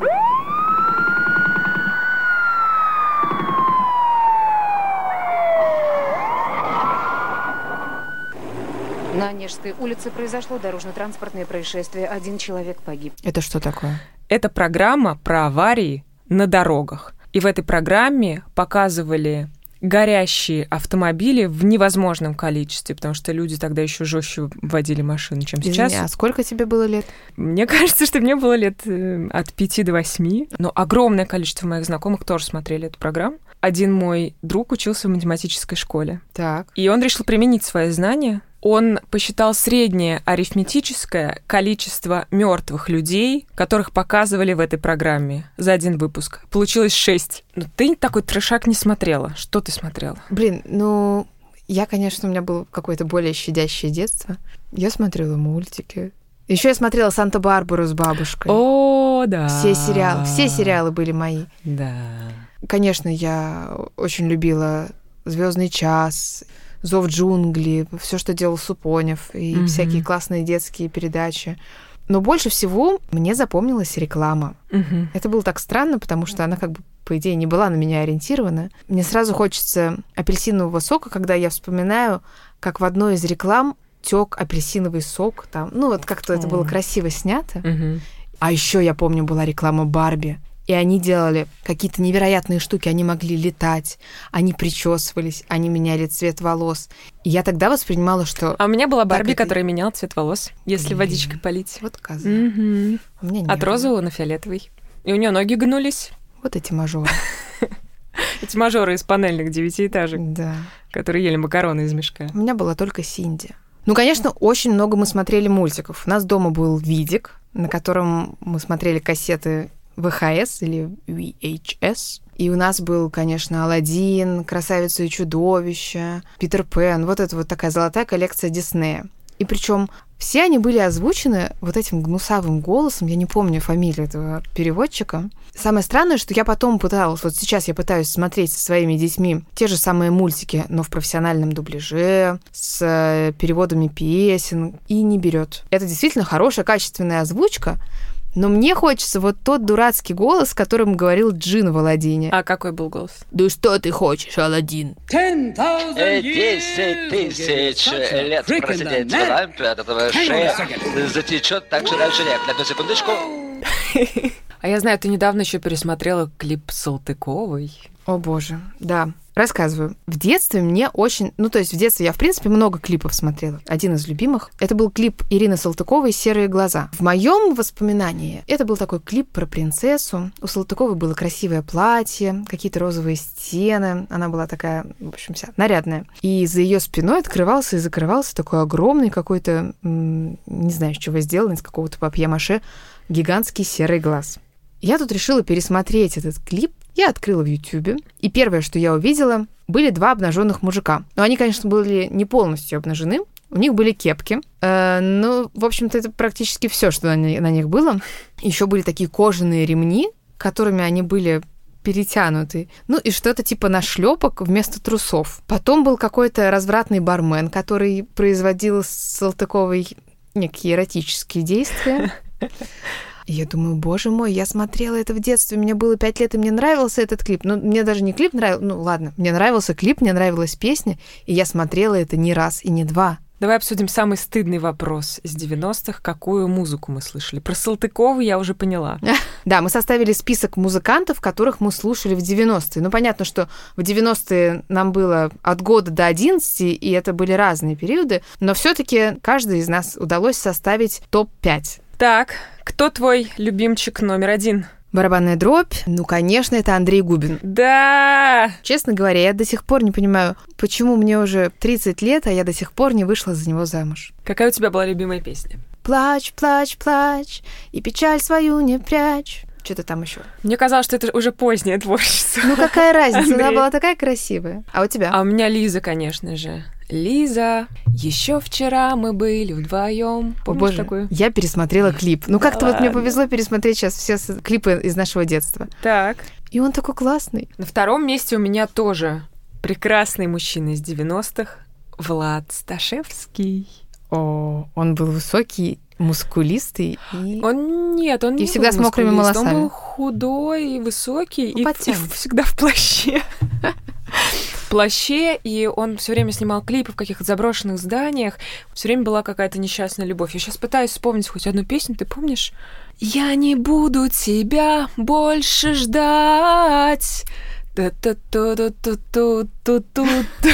На Онежской улице произошло дорожно-транспортное происшествие. Один человек погиб. Это что такое? Это программа про аварии на дорогах. И в этой программе показывали горящие автомобили в невозможном количестве, потому что люди тогда еще жестче водили машины, чем сейчас. Извини, а сколько тебе было лет? Мне кажется, что мне было лет от пяти до восьми. Но огромное количество моих знакомых тоже смотрели эту программу. Один мой друг учился в математической школе. Так. И он решил применить свои знания. Он посчитал среднее арифметическое количество мертвых людей, которых показывали в этой программе за один выпуск. Получилось шесть. Но ты такой трешак не смотрела. Что ты смотрела? Блин, ну, я, конечно, у меня было какое-то более щадящее детство. Я смотрела мультики. Еще я смотрела «Санта-Барбару» с бабушкой. О, да. Все сериалы, все сериалы были мои. Да. Конечно, я очень любила «Звездный час», «Зов джунглей», все, что делал Супонев, и mm-hmm. всякие классные детские передачи. Но больше всего мне запомнилась реклама. Mm-hmm. Это было так странно, потому что она как бы, по идее, не была на меня ориентирована. Мне сразу хочется апельсинового сока, когда я вспоминаю, как в одной из реклам тёк апельсиновый сок. Там. Ну, вот как-то mm-hmm. это было красиво снято. Mm-hmm. А еще я помню, была реклама Барби. И они делали какие-то невероятные штуки. Они могли летать, они причесывались, они меняли цвет волос. И я тогда воспринимала, что... А у меня была Барби, это... которая меняла цвет волос, если Блин. водичкой полить. Вот коза. Mm-hmm. У меня не От было. розового на фиолетовый. И у нее ноги гнулись. Вот эти мажоры. Эти мажоры из панельных девятиэтажек, да. которые ели макароны из мешка. У меня была только Синди. Ну, конечно, очень много мы смотрели мультиков. У нас дома был видик, на котором мы смотрели кассеты вэ ха эс или ви эйч эс. И у нас был, конечно, «Аладдин», «Красавица и чудовище», «Питер Пен». Вот это вот такая золотая коллекция Диснея. И причем все они были озвучены вот этим гнусавым голосом. Я не помню фамилию этого переводчика. Самое странное, что я потом пыталась, вот сейчас я пытаюсь смотреть со своими детьми те же самые мультики, но в профессиональном дубляже, с переводами песен, и не берет. Это действительно хорошая, качественная озвучка, но мне хочется вот тот дурацкий голос, которым говорил Джин в «Аладдине». А какой был голос? Да что ты хочешь, Аладдин? Десять тысяч лет просидеть в лампе от этого шея затечет, так что дальше нет. Одну секундочку. А я знаю, ты недавно еще пересмотрела клип Салтыковой. О боже, да. Рассказываю. В детстве мне очень... Ну, то есть в детстве я, в принципе, много клипов смотрела. Один из любимых. Это был клип Ирины Салтыковой «Серые глаза». В моем воспоминании это был такой клип про принцессу. У Салтыковой было красивое платье, какие-то розовые стены. Она была такая, в общем, вся нарядная. И за ее спиной открывался и закрывался такой огромный какой-то, не знаю, из чего сделан, из какого-то папье-маше, гигантский серый глаз. Я тут решила пересмотреть этот клип. Я открыла в Ютьюбе, и первое, что я увидела, были два обнаженных мужика. Но они, конечно, были не полностью обнажены, у них были кепки. Э, ну, в общем-то, это практически все, что на, на них было. Еще были такие кожаные ремни, которыми они были перетянуты. Ну, и что-то типа нашлепок вместо трусов. Потом был какой-то развратный бармен, который производил с Салтыковой некие эротические действия. И я думаю, боже мой, я смотрела это в детстве, мне было пять лет, и мне нравился этот клип. Ну, мне даже не клип нравился, ну, ладно, мне нравился клип, мне нравилась песня, и я смотрела это не раз и не два. Давай обсудим самый стыдный вопрос из девяностых. Какую музыку мы слышали? Про Салтыкову я уже поняла. Да, мы составили список музыкантов, которых мы слушали в девяностые. Ну, понятно, что в девяностые нам было от года до одиннадцати, и это были разные периоды, но все-таки каждый из нас удалось составить топ пять. Так, кто твой любимчик номер один? Барабанная дробь. Ну, конечно, это Андрей Губин. Да! Честно говоря, я до сих пор не понимаю, почему мне уже тридцать лет, а я до сих пор не вышла за него замуж. Какая у тебя была любимая песня? Плачь, плачь, плачь, и печаль свою не прячь. Что-то там еще. Мне казалось, что это уже позднее творчество. Ну, какая разница? Она была такая красивая. А у тебя? А у меня Лиза, конечно же. Лиза, еще вчера мы были вдвоем. Помнишь Боже, такую? Я пересмотрела клип. Ну, как-то Да вот мне ладно. повезло пересмотреть сейчас все клипы из нашего детства. Так. И он такой классный. На втором месте у меня тоже прекрасный мужчина из девяностых Влад Сташевский. О, он был высокий, мускулистый. И... Он нет, он и не всегда был с мокрыми мускулист, волосами. Он был худой и высокий, Ну, и, потянут. и всегда в плаще. В плаще, и он все время снимал клипы в каких-то заброшенных зданиях. Все время была какая-то несчастная любовь. Я сейчас пытаюсь вспомнить хоть одну песню, ты помнишь? Я не буду тебя больше ждать. Та-та-та-та-та-та-та-та.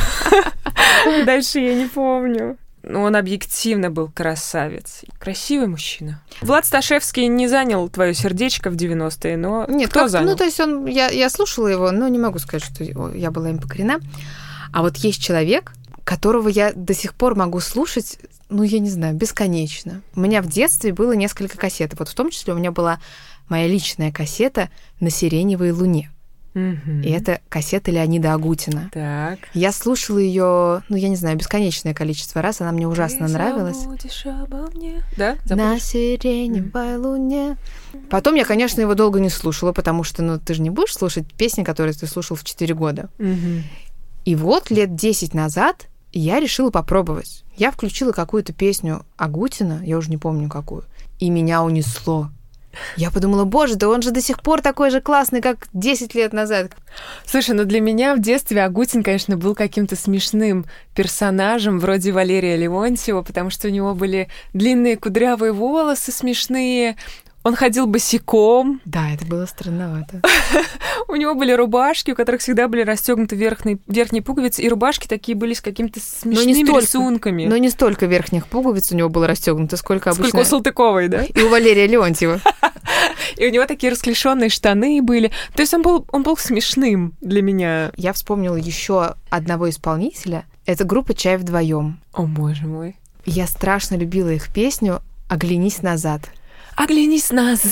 Дальше я не помню. Но он объективно был красавец. Красивый мужчина. Влад Сташевский не занял твое сердечко в девяностые, но Нет, кто как, занял? ну, то есть он, я, я слушала его, но не могу сказать, что я была им покорена. А вот есть человек, которого я до сих пор могу слушать, ну, я не знаю, бесконечно. У меня в детстве было несколько кассет. Вот в том числе у меня была моя личная кассета «На сиреневой луне». Мгм. И это кассета Леонида Агутина. Так. Я слушала ее, ну, я не знаю, бесконечное количество раз. Она мне ужасно Ты нравилась. забудешь обо мне. Да? На Забудешь? сиреневой луне. Потом я, конечно, его долго не слушала, потому что, ну, ты же не будешь слушать песни, которые ты слушал в четыре года. Мгм. И вот лет десять назад я решила попробовать. Я включила какую-то песню Агутина, я уже не помню какую, и меня унесло. Я подумала, боже, да он же до сих пор такой же классный, как десять лет назад. Слушай, ну для меня в детстве Агутин, конечно, был каким-то смешным персонажем, вроде Валерия Леонтьева, потому что у него были длинные кудрявые волосы смешные, он ходил босиком. Да, это было странновато. У него были рубашки, у которых всегда были расстегнуты верхние, верхние пуговицы, и рубашки такие были с какими-то Но смешными не столько, рисунками. Но не столько верхних пуговиц у него было расстегнуто, сколько обычно... Сколько у Салтыковой, да? И у Валерия Леонтьева. И у него такие расклешенные штаны были. То есть он был, он был смешным для меня. Я вспомнила еще одного исполнителя. Это группа «Чай вдвоем». О, боже мой. Я страшно любила их песню «Оглянись назад». Оглянись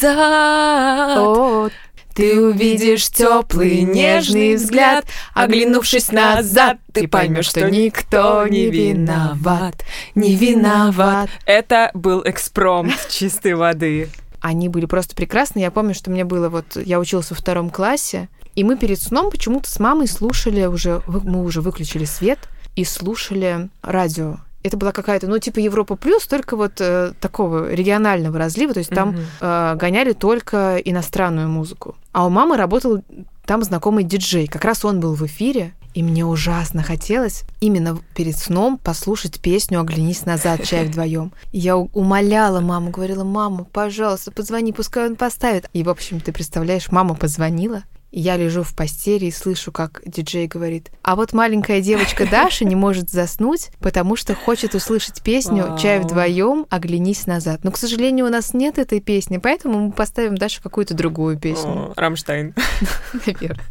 назад. О, Ты увидишь теплый нежный взгляд, оглянувшись назад, ты поймешь, что никто не виноват, не виноват. Это был экспромт чистой воды. Они были просто прекрасны. Я помню, что мне было вот... Я училась во втором классе, и мы перед сном почему-то с мамой слушали уже... Мы уже выключили свет и слушали радио. Это была какая-то, ну, типа Европа плюс, только вот э, такого регионального разлива. То есть там Мгм. э, гоняли только иностранную музыку. А у мамы работал там знакомый диджей. Как раз он был в эфире. И мне ужасно хотелось именно перед сном послушать песню «Оглянись назад, чай вдвоем». И я у- умоляла маму, говорила: мама, пожалуйста, позвони, пускай он поставит. И, в общем, ты представляешь, мама позвонила, и я лежу в постели и слышу, как диджей говорит: а вот маленькая девочка Даша не может заснуть, потому что хочет услышать песню Вау. «Чай вдвоем, оглянись назад». Но, к сожалению, у нас нет этой песни, поэтому мы поставим Даше какую-то другую песню. О, Рамштайн. Наверное.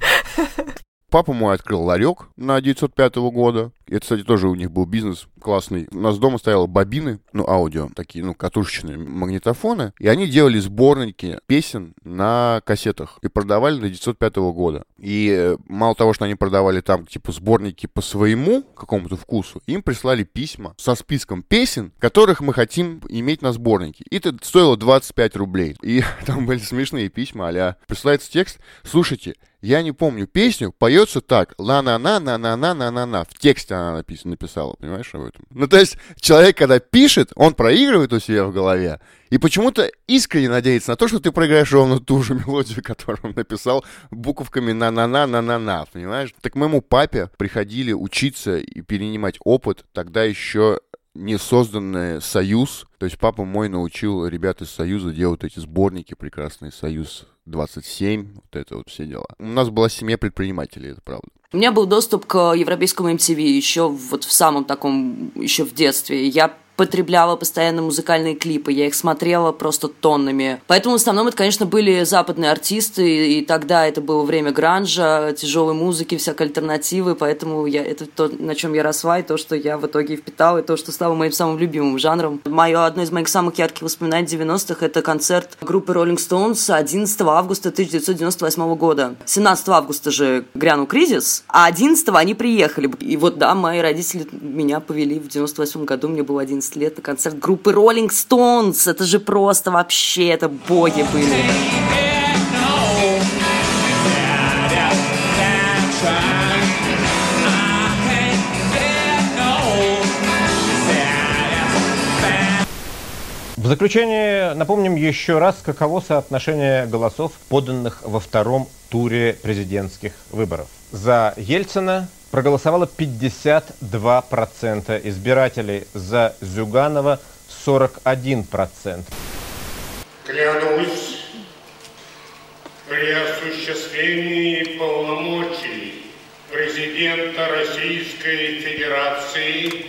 Папа мой открыл ларек на девятьсот пятого года. И это, кстати, тоже у них был бизнес классный. У нас дома стояло бобины, ну, аудио, такие, ну, катушечные магнитофоны. И они делали сборники песен на кассетах и продавали до девятьсот пятого года. И э, мало того, что они продавали там, типа, сборники по своему какому-то вкусу, им прислали письма со списком песен, которых мы хотим иметь на сборнике. И это стоило двадцать пять рублей. И там были смешные письма, а-ля присылается текст: слушайте, я не помню песню, поется так: ла-на-на-на-на-на-на-на-на. В тексте она напис- написала, понимаешь, об этом? Ну, то есть, человек, когда пишет, он проигрывает у себя в голове, и почему-то искренне надеется на то, что ты проиграешь ровно ту же мелодию, которую он написал буковками на-на-на-на-на-на, понимаешь? Так к моему папе приходили учиться и перенимать опыт, тогда еще не созданный Союз. То есть папа мой научил ребят из Союза делать эти сборники прекрасные, Союз двадцать семь, вот это вот все дела. У нас была семья предпринимателей, это правда. У меня был доступ к европейскому эм ти ви еще вот в самом таком, еще в детстве. Я потребляла постоянно музыкальные клипы, я их смотрела просто тоннами. Поэтому в основном это, конечно, были западные артисты, и тогда это было время гранжа, тяжелой музыки, всякой альтернативы, поэтому я, это то, на чем я росла, и то, что я в итоге впитала, и то, что стало моим самым любимым жанром. Мое, одно из моих самых ярких воспоминаний девяностых – это концерт группы Rolling Stones одиннадцатого августа тысяча девятьсот девяносто восьмого года. семнадцатого августа же грянул кризис, а одиннадцатого они приехали. И вот, да, мои родители меня повели в девяносто восьмом году, мне было одиннадцать лет, на концерт группы Rolling Stones. Это же просто вообще, это боги были. В заключение напомним еще раз, каково соотношение голосов, поданных во втором туре президентских выборов. За Ельцина проголосовало пятьдесят два процента избирателей, за Зюганова сорок один процент. Клянусь при осуществлении полномочий президента Российской Федерации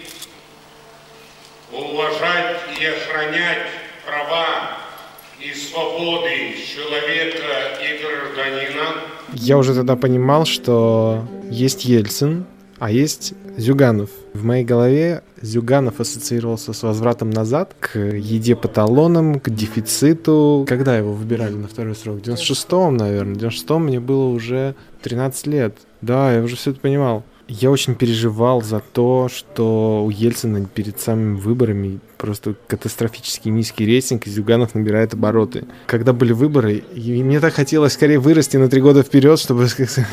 уважать и охранять права и свободы человека и гражданина. Я уже тогда понимал, что есть Ельцин, а есть Зюганов. В моей голове Зюганов ассоциировался с возвратом назад, к еде по талонам, к дефициту. Когда его выбирали на второй срок? В девяносто шестом, наверное. В девяносто шестом мне было уже тринадцать лет. Да, я уже все это понимал. Я очень переживал за то, что у Ельцина перед самыми выборами просто катастрофически низкий рейтинг, и Зюганов набирает обороты. Когда были выборы, и мне так хотелось скорее вырасти на три года вперед, чтобы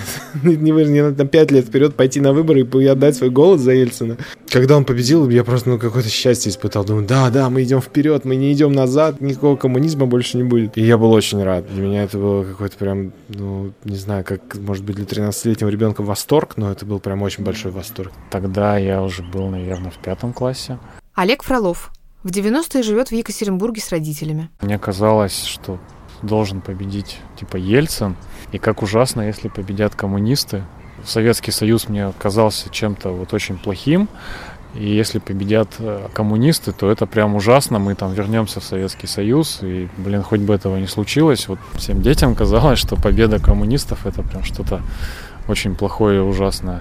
не на пять лет вперед пойти на выборы и отдать свой голос за Ельцина. Когда он победил, я просто ну, какое-то счастье испытал. Думаю, да, да, мы идем вперед, мы не идем назад, никакого коммунизма больше не будет. И я был очень рад. Для меня это было какой-то прям, ну, не знаю, как, может быть, для тринадцатилетнего ребенка восторг, но это был прям очень большой восторг. Тогда я уже был, наверное, в пятом классе. Олег Фролов. В девяностые живет в Екатеринбурге с родителями. Мне казалось, что должен победить типа Ельцин, и как ужасно, если победят коммунисты. Советский Союз мне казался чем-то вот очень плохим, и если победят коммунисты, то это прям ужасно, мы там вернемся в Советский Союз, и, блин, хоть бы этого не случилось. Вот всем детям казалось, что победа коммунистов это прям что-то очень плохое и ужасное.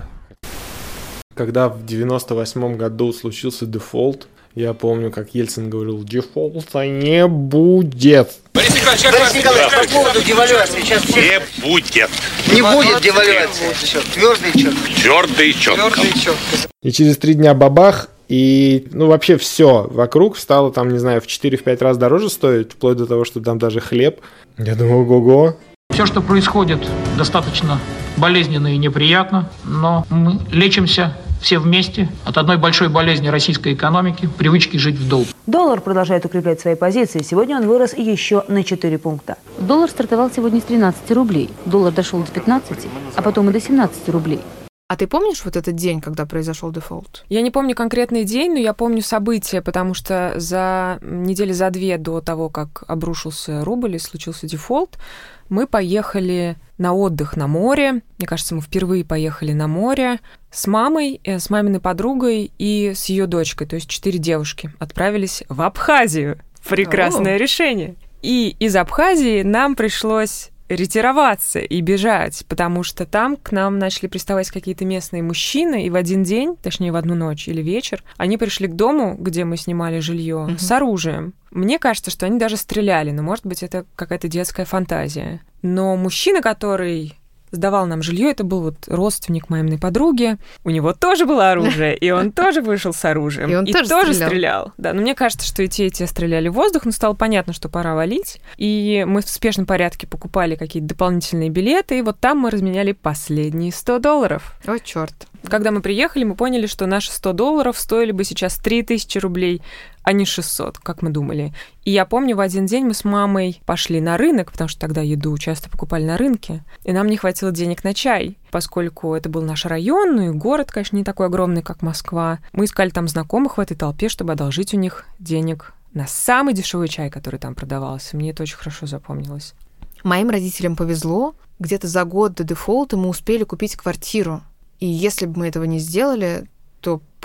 Когда в девяносто восьмом году случился дефолт, я помню, как Ельцин говорил, дефолта не будет. Борис Николаевич, Борис Николаевич, по поводу девальвации сейчас все... Не будет. Не будет девальвации. Твердый и четко. Твердый и четко. Твердый и четко. И через три дня бабах, и, ну, вообще все вокруг стало там, не знаю, в четыре-пять раз дороже стоить, вплоть до того, что там даже хлеб. Я думал, ого-го. Все, что происходит, достаточно болезненно и неприятно, но мы лечимся все вместе от одной большой болезни российской экономики, привычки жить в долг. Доллар продолжает укреплять свои позиции. Сегодня он вырос еще на четыре пункта. Доллар стартовал сегодня с тринадцати рублей. Доллар дошел до пятнадцати, а потом и до семнадцати рублей. А ты помнишь вот этот день, когда произошел дефолт? Я не помню конкретный день, но я помню события, потому что за недели за две до того, как обрушился рубль и случился дефолт, мы поехали на отдых на море. Мне кажется, мы впервые поехали на море с мамой, с маминой подругой и с ее дочкой, то есть четыре девушки, отправились в Абхазию. Прекрасное О. решение. И из Абхазии нам пришлось ретироваться и бежать, потому что там к нам начали приставать какие-то местные мужчины, и в один день, точнее в одну ночь или вечер, они пришли к дому, где мы снимали жилье, uh-huh. с оружием. Мне кажется, что они даже стреляли, но, может быть, это какая-то детская фантазия. Но мужчина, который сдавал нам жилье, это был вот родственник маминой подруги. У него тоже было оружие, и он тоже вышел с оружием. И он и тоже, тоже стрелял. стрелял. Да, но мне кажется, что и те, и те стреляли в воздух, но стало понятно, что пора валить. И мы в спешном порядке покупали какие-то дополнительные билеты, и вот там мы разменяли последние сто долларов. О, черт. Когда мы приехали, мы поняли, что наши сто долларов стоили бы сейчас три тысячи рублей, а не шестьсот, как мы думали. И я помню, в один день мы с мамой пошли на рынок, потому что тогда еду часто покупали на рынке, и нам не хватило денег на чай, поскольку это был наш район, ну и город, конечно, не такой огромный, как Москва. Мы искали там знакомых в этой толпе, чтобы одолжить у них денег на самый дешевый чай, который там продавался. Мне это очень хорошо запомнилось. Моим родителям повезло. Где-то за год до дефолта мы успели купить квартиру. И если бы мы этого не сделали, то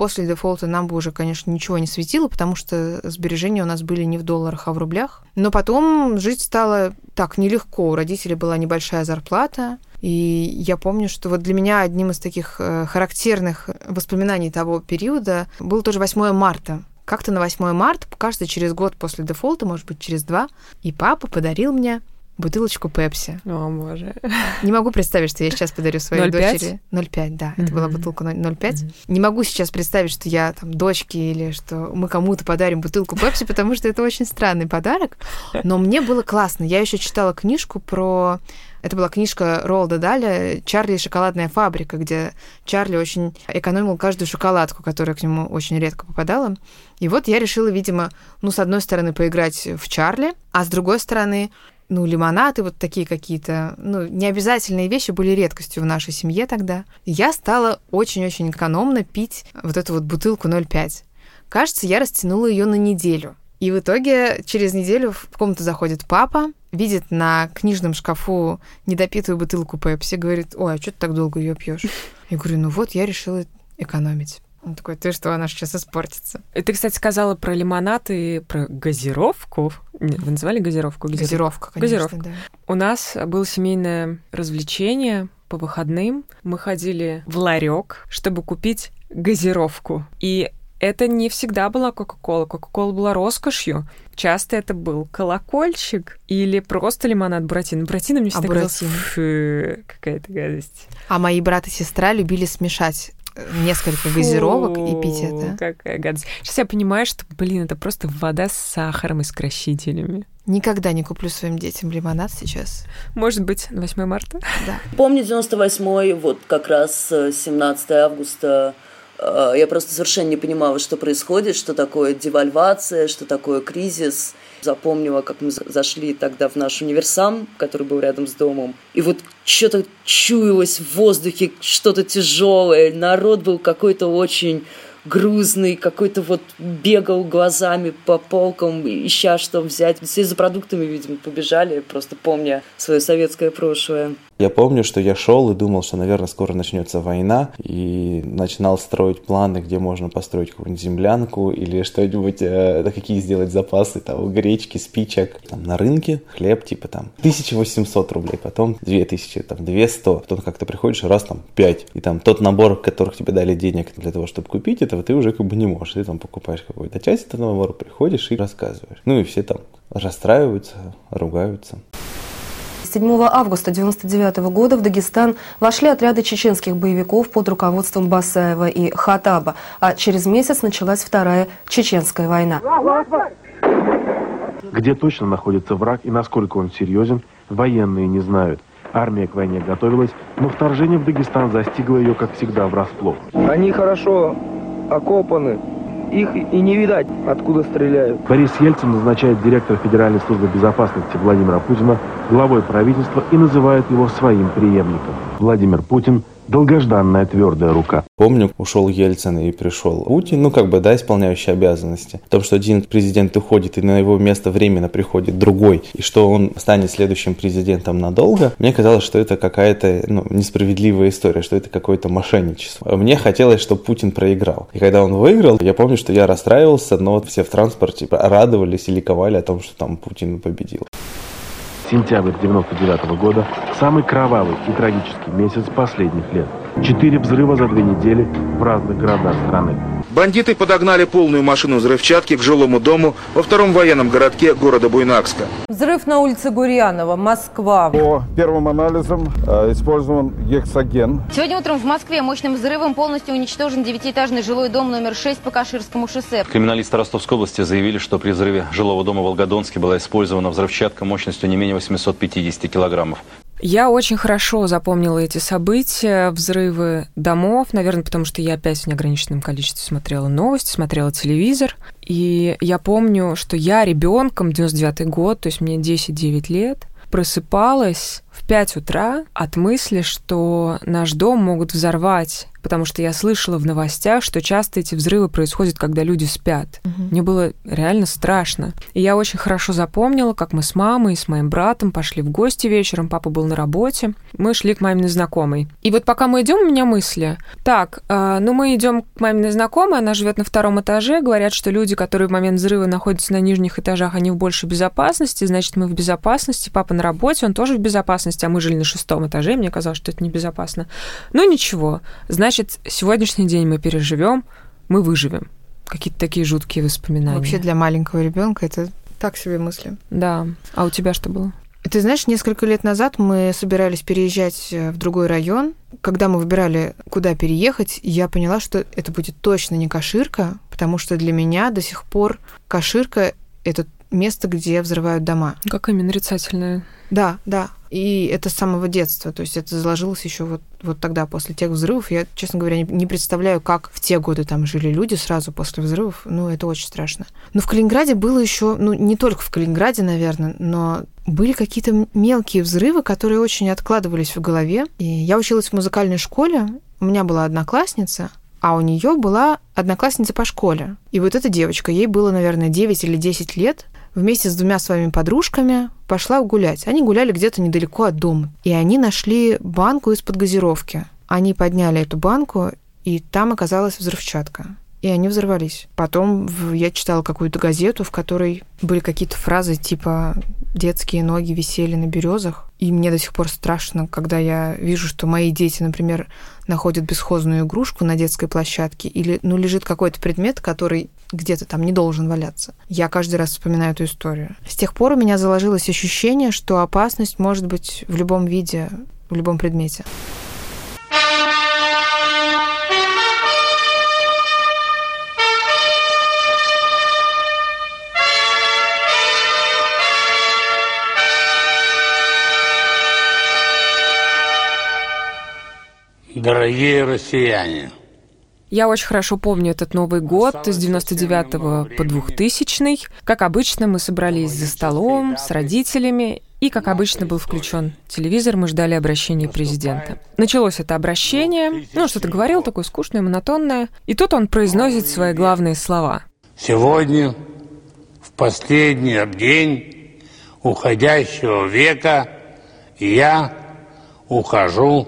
после дефолта нам бы уже, конечно, ничего не светило, потому что сбережения у нас были не в долларах, а в рублях. Но потом жить стало так нелегко. У родителей была небольшая зарплата. И я помню, что вот для меня одним из таких характерных воспоминаний того периода было тоже восьмое марта. Как-то на восьмое марта, кажется, через год после дефолта, может быть, через два, и папа подарил мне бутылочку Пепси. О, боже. Не могу представить, что я сейчас подарю своей ноль пять? дочери. ноль пять, да. Mm-hmm. Это была бутылка ноль пять. Mm-hmm. Не могу сейчас представить, что я там дочке или что мы кому-то подарим бутылку Пепси, потому что это очень странный подарок. Но мне было классно. Я еще читала книжку про... Это была книжка Роалда Даля «Чарли и шоколадная фабрика», где Чарли очень экономил каждую шоколадку, которая к нему очень редко попадала. И вот я решила, видимо, ну, с одной стороны, поиграть в Чарли, а с другой стороны, ну, лимонады, вот такие какие-то, ну, необязательные вещи были редкостью в нашей семье тогда. Я стала очень-очень экономно пить вот эту вот бутылку ноль пять. Кажется, я растянула ее на неделю. И в итоге через неделю в комнату заходит папа, видит на книжном шкафу недопитую бутылку Пепси, говорит: ой, а что ты так долго ее пьешь? Я говорю: ну вот, я решила экономить. Он такой: ты что, она сейчас испортится. И ты, кстати, сказала про лимонад и про газировку. Вы называли газировку? Газировка, конечно, газировка. Да. У нас было семейное развлечение по выходным. Мы ходили в ларек, чтобы купить газировку. И это не всегда была Кока-Кола. Кока-Кола была роскошью. Часто это был колокольчик или просто лимонад Буратино. Буратино мне всегда а казалось, фу, какая-то гадость. А мои брат и сестра любили смешать несколько газировок Фу, и пить это. Какая гадость. Сейчас я понимаю, что, блин, это просто вода с сахаром и с красителями. Никогда не куплю своим детям лимонад сейчас. Может быть, на восьмое марта? Да. Помню девяносто восьмой, вот как раз семнадцатое августа. Я просто совершенно не понимала, что происходит, что такое девальвация, что такое кризис. Запомнила, как мы зашли тогда в наш универсам, который был рядом с домом. И вот что-то чуялось в воздухе, что-то тяжелое. Народ был какой-то очень грузный, какой-то вот бегал глазами по полкам, ища что взять. Все за продуктами, видимо, побежали, просто помня свое советское прошлое. Я помню, что я шел и думал, что, наверное, скоро начнется война, и начинал строить планы, где можно построить какую-нибудь землянку или что-нибудь, э, какие сделать запасы, там, гречки, спичек. Там, на рынке хлеб, типа, там, тысяча восемьсот рублей, потом две тысячи, там, две сто, потом как-то приходишь, раз, там, пять, и там тот набор, которых тебе дали денег для того, чтобы купить, этого ты уже как бы не можешь, ты там покупаешь какую-то часть этого набора, приходишь и рассказываешь. Ну, и все там расстраиваются, ругаются. седьмого августа девяносто девятого года в Дагестан вошли отряды чеченских боевиков под руководством Басаева и Хатаба, а через месяц началась Вторая Чеченская война. Где точно находится враг и насколько он серьезен, военные не знают. Армия к войне готовилась, но вторжение в Дагестан застигло ее, как всегда, врасплох. Они хорошо окопаны. Их и не видать, откуда стреляют. Борис Ельцин назначает директора Федеральной службы безопасности Владимира Путина главой правительства и называет его своим преемником. Владимир Путин – долгожданная твердая рука. Помню, ушел Ельцин и пришел Путин, ну как бы, да, исполняющий обязанности. В том, что один президент уходит и на его место временно приходит другой, и что он станет следующим президентом надолго, мне казалось, что это какая-то, ну, несправедливая история, что это какое-то мошенничество. Мне хотелось, чтобы Путин проиграл. И когда он выиграл, я помню, что я расстраивался, но вот все в транспорте радовались и ликовали о том, что там Путин победил. Сентябрь девяносто девятого года – самый кровавый и трагический месяц последних лет. Четыре взрыва за две недели в разных городах страны. Бандиты подогнали полную машину взрывчатки к жилому дому во втором военном городке города Буйнакска. Взрыв на улице Гурьянова, Москва. По первым анализам э, использован гексоген. Сегодня утром в Москве мощным взрывом полностью уничтожен девятиэтажный жилой дом номер шесть по Каширскому шоссе. Криминалисты Ростовской области заявили, что при взрыве жилого дома в Волгодонске была использована взрывчатка мощностью не менее восемьсот пятьдесят килограммов. Я очень хорошо запомнила эти события, взрывы домов, наверное, потому что я опять в неограниченном количестве смотрела новости, смотрела телевизор. И я помню, что я ребенком, девяносто девятый год, то есть мне десять-девять лет, просыпалась в пять утра от мысли, что наш дом могут взорвать, потому что я слышала в новостях, что часто эти взрывы происходят, когда люди спят. Угу. Мне было реально страшно. И я очень хорошо запомнила, как мы с мамой и с моим братом пошли в гости вечером, папа был на работе, мы шли к маминой знакомой. И вот пока мы идем, у меня мысли. Так, э, ну мы идем к маминой знакомой, она живет на втором этаже, говорят, что люди, которые в момент взрыва находятся на нижних этажах, они в большей безопасности, значит, мы в безопасности, папа на работе, он тоже в безопасности, а мы жили на шестом этаже, мне казалось, что это небезопасно. Ну ничего, значит, сегодняшний день мы переживем, мы выживем. Какие-то такие жуткие воспоминания. Вообще для маленького ребенка это так себе мысли. Да. А у тебя что было? Ты знаешь, несколько лет назад мы собирались переезжать в другой район. Когда мы выбирали, куда переехать, я поняла, что это будет точно не Каширка, потому что для меня до сих пор Каширка — это место, где взрывают дома. Какая нарицательная. Да, да. И это с самого детства. То есть это заложилось еще вот, вот тогда, после тех взрывов. Я, честно говоря, не, не представляю, как в те годы там жили люди сразу после взрывов. Ну, это очень страшно. Но в Калининграде было еще, ну, не только в Калининграде, наверное, но были какие-то мелкие взрывы, которые очень откладывались в голове. И я училась в музыкальной школе. У меня была одноклассница, а у нее была одноклассница по школе. И вот эта девочка, ей было, наверное, девять или десять лет, вместе с двумя своими подружками пошла гулять. Они гуляли где-то недалеко от дома. И они нашли банку из-под газировки. Они подняли эту банку, и там оказалась взрывчатка. И они взорвались. Потом я читала какую-то газету, в которой были какие-то фразы типа «детские ноги висели на березах». И мне до сих пор страшно, когда я вижу, что мои дети, например, находят бесхозную игрушку на детской площадке, или ну, лежит какой-то предмет, который где-то там не должен валяться. Я каждый раз вспоминаю эту историю. С тех пор у меня заложилось ощущение, что опасность может быть в любом виде, в любом предмете. Дорогие россияне! Я очень хорошо помню этот Новый год с девяносто девятого по двухтысячный. Как обычно, мы собрались за столом с родителями, и, как обычно, был включен телевизор, мы ждали обращения президента. Началось это обращение, ну, что-то говорил, такое скучное, монотонное, и тут он произносит свои главные слова. Сегодня, в последний день уходящего века, я ухожу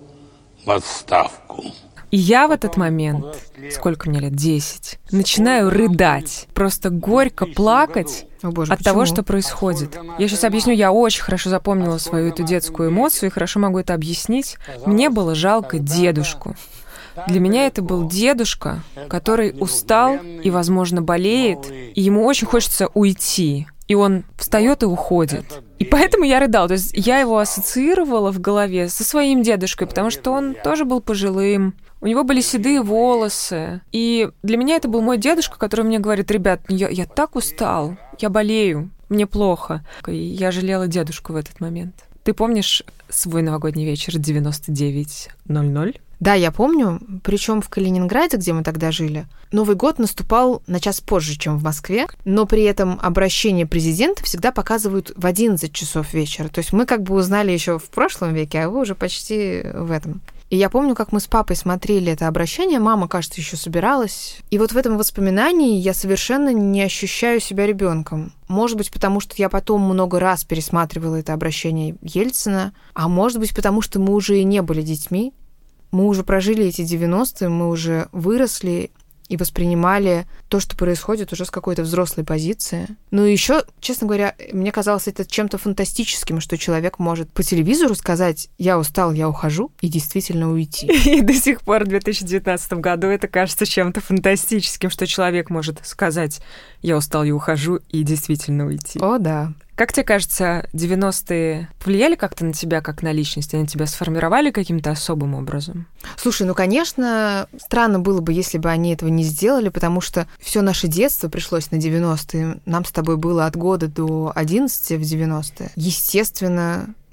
в отставку. И я в этот момент, сколько мне лет, десять, начинаю рыдать, просто горько плакать О, Боже, от почему? того, что происходит. Я сейчас объясню, я очень хорошо запомнила свою эту детскую эмоцию и хорошо могу это объяснить. Мне было жалко дедушку. Для меня это был дедушка, который устал и, возможно, болеет, и ему очень хочется уйти. И он встает и уходит. И поэтому я рыдала. То есть я его ассоциировала в голове со своим дедушкой, потому что он тоже был пожилым. У него были седые волосы. И для меня это был мой дедушка, который мне говорит: ребят, я, я так устал, я болею, мне плохо. И я жалела дедушку в этот момент. Ты помнишь свой новогодний вечер девяносто девять ноль ноль? Да, я помню, причем в Калининграде, где мы тогда жили, Новый год наступал на час позже, чем в Москве, но при этом обращение президента всегда показывают в одиннадцать часов вечера. То есть мы как бы узнали еще в прошлом веке, а вы уже почти в этом. И я помню, как мы с папой смотрели это обращение, мама, кажется, еще собиралась. И вот в этом воспоминании я совершенно не ощущаю себя ребенком. Может быть, потому что я потом много раз пересматривала это обращение Ельцина, а может быть, потому что мы уже и не были детьми. Мы уже прожили эти девяностые, мы уже выросли и воспринимали то, что происходит, уже с какой-то взрослой позиции. Ну и еще, честно говоря, мне казалось это чем-то фантастическим, что человек может по телевизору сказать: «Я устал, я ухожу», и действительно уйти. И до сих пор в две тысячи девятнадцатом году это кажется чем-то фантастическим, что человек может сказать: «Я устал, я ухожу», и действительно уйти. О, да. Как тебе кажется, девяностые повлияли как-то на тебя, как на личность? Они тебя сформировали каким-то особым образом? Слушай, ну, конечно, странно было бы, если бы они этого не сделали, потому что все наше детство пришлось на девяностые. Нам с тобой было от года до одиннадцати в девяностые. Естественно,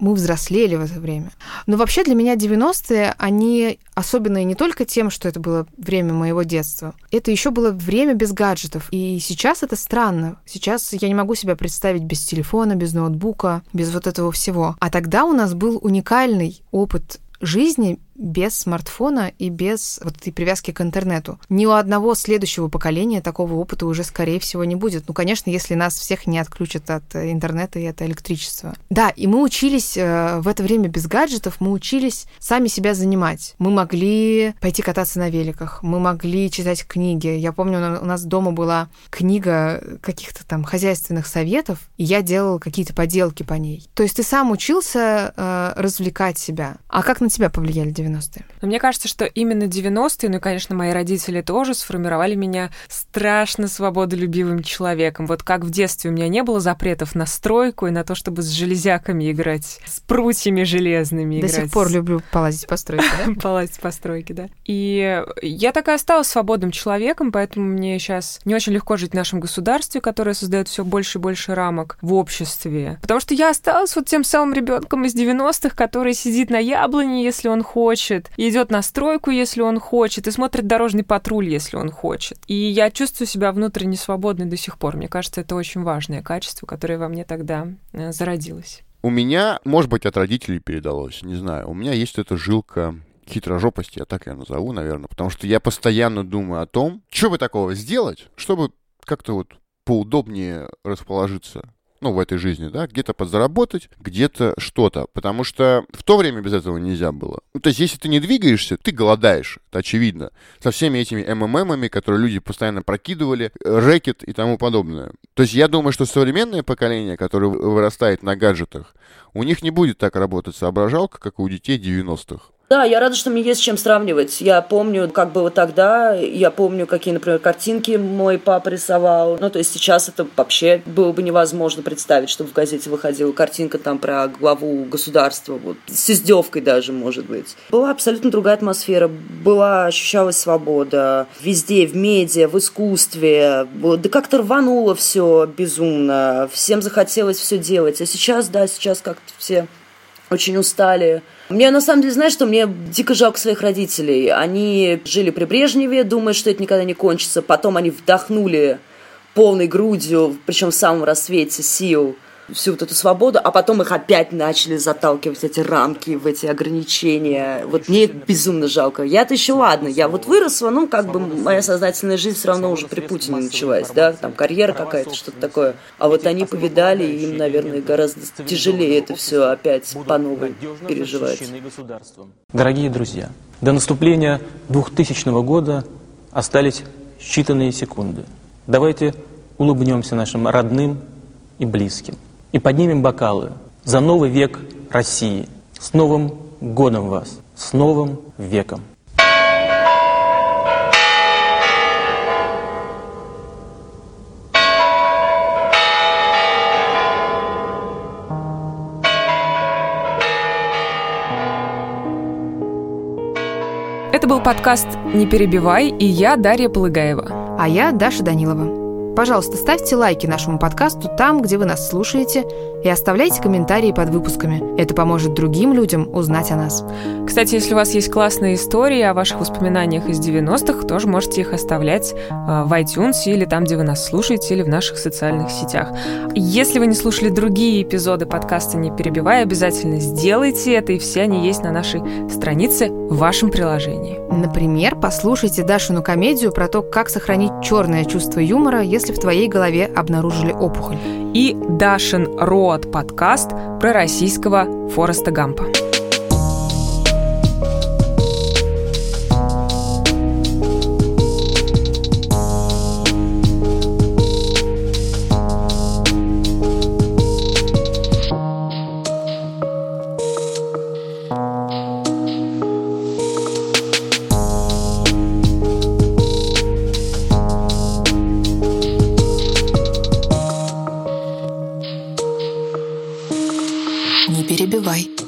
мы взрослели в это время. Но вообще для меня девяностые, они особенные не только тем, что это было время моего детства. Это еще было время без гаджетов. И сейчас это странно. Сейчас я не могу себя представить без телефона, без ноутбука, без вот этого всего. А тогда у нас был уникальный опыт жизни без смартфона и без вот этой привязки к интернету. Ни у одного следующего поколения такого опыта уже, скорее всего, не будет. Ну, конечно, если нас всех не отключат от интернета и от электричества. Да, и мы учились в это время без гаджетов, мы учились сами себя занимать. Мы могли пойти кататься на великах, мы могли читать книги. Я помню, у нас дома была книга каких-то там хозяйственных советов, и я делала какие-то поделки по ней. То есть ты сам учился э, развлекать себя. А как на тебя повлияли девяностые? Но мне кажется, что именно девяностые, ну и, конечно, мои родители тоже сформировали меня страшно свободолюбивым человеком. Вот как в детстве у меня не было запретов на стройку и на то, чтобы с железяками играть, с прутьями железными играть. До сих пор люблю полазить по стройке, да? Полазить по стройке, да. И я так и осталась свободным человеком, поэтому мне сейчас не очень легко жить в нашем государстве, которое создает все больше и больше рамок в обществе. Потому что я осталась вот тем самым ребенком из девяностых, который сидит на яблоне, если он хочет, и идет на стройку, если он хочет, и смотрит «Дорожный патруль», если он хочет. И я чувствую себя внутренне свободной до сих пор. Мне кажется, это очень важное качество, которое во мне тогда зародилось. У меня, может быть, от родителей передалось, не знаю. У меня есть эта жилка хитрожопости, я так ее назову, наверное, потому что я постоянно думаю о том, что бы такого сделать, чтобы как-то вот поудобнее расположиться. Ну, в этой жизни, да, где-то подзаработать, где-то что-то, потому что в то время без этого нельзя было. Ну, то есть, если ты не двигаешься, ты голодаешь, это очевидно, со всеми этими эм эм эм-ами, которые люди постоянно прокидывали, рэкет и тому подобное. То есть, я думаю, что современное поколение, которое вырастает на гаджетах, у них не будет так работать соображалка, как у детей девяностых. Да, я рада, что мне есть с чем сравнивать. Я помню, как было тогда, я помню, какие, например, картинки мой папа рисовал. Ну, то есть сейчас это вообще было бы невозможно представить, чтобы в газете выходила картинка там про главу государства, вот, с издевкой даже, может быть. Была абсолютно другая атмосфера, была, ощущалась свобода везде, в медиа, в искусстве. Да как-то рвануло все безумно, всем захотелось все делать. А сейчас, да, сейчас как-то все очень устали. Мне, на самом деле, знаешь, что мне дико жалко своих родителей. Они жили при Брежневе, думая, что это никогда не кончится. Потом они вдохнули полной грудью, причем в самом рассвете сил, всю вот эту свободу, а потом их опять начали заталкивать в эти рамки, в эти ограничения. Вот мне их безумно жалко. Я-то еще ладно, я вот выросла, ну, как бы моя сознательная жизнь все равно уже при Путине началась, да, там карьера какая-то, что-то такое. А вот они повидали, и им, наверное, гораздо тяжелее это все опять по новой переживать. Дорогие друзья, до наступления двухтысячного года остались считанные секунды. Давайте улыбнемся нашим родным и близким. И поднимем бокалы за новый век России. С Новым годом вас! С новым веком! Это был подкаст «Не перебивай», и я, Дарья Полыгаева. А я, Даша Данилова. Пожалуйста, ставьте лайки нашему подкасту там, где вы нас слушаете, и оставляйте комментарии под выпусками. Это поможет другим людям узнать о нас. Кстати, если у вас есть классные истории о ваших воспоминаниях из девяностых, тоже можете их оставлять в iTunes или там, где вы нас слушаете, или в наших социальных сетях. Если вы не слушали другие эпизоды подкаста «Не перебивай», обязательно сделайте это, и все они есть на нашей странице в вашем приложении. Например, послушайте Дашину комедию про то, как сохранить черное чувство юмора, если в твоей голове обнаружили опухоль. И Дашин Роад подкаст про российского Фореста Гампа. Не перебивай.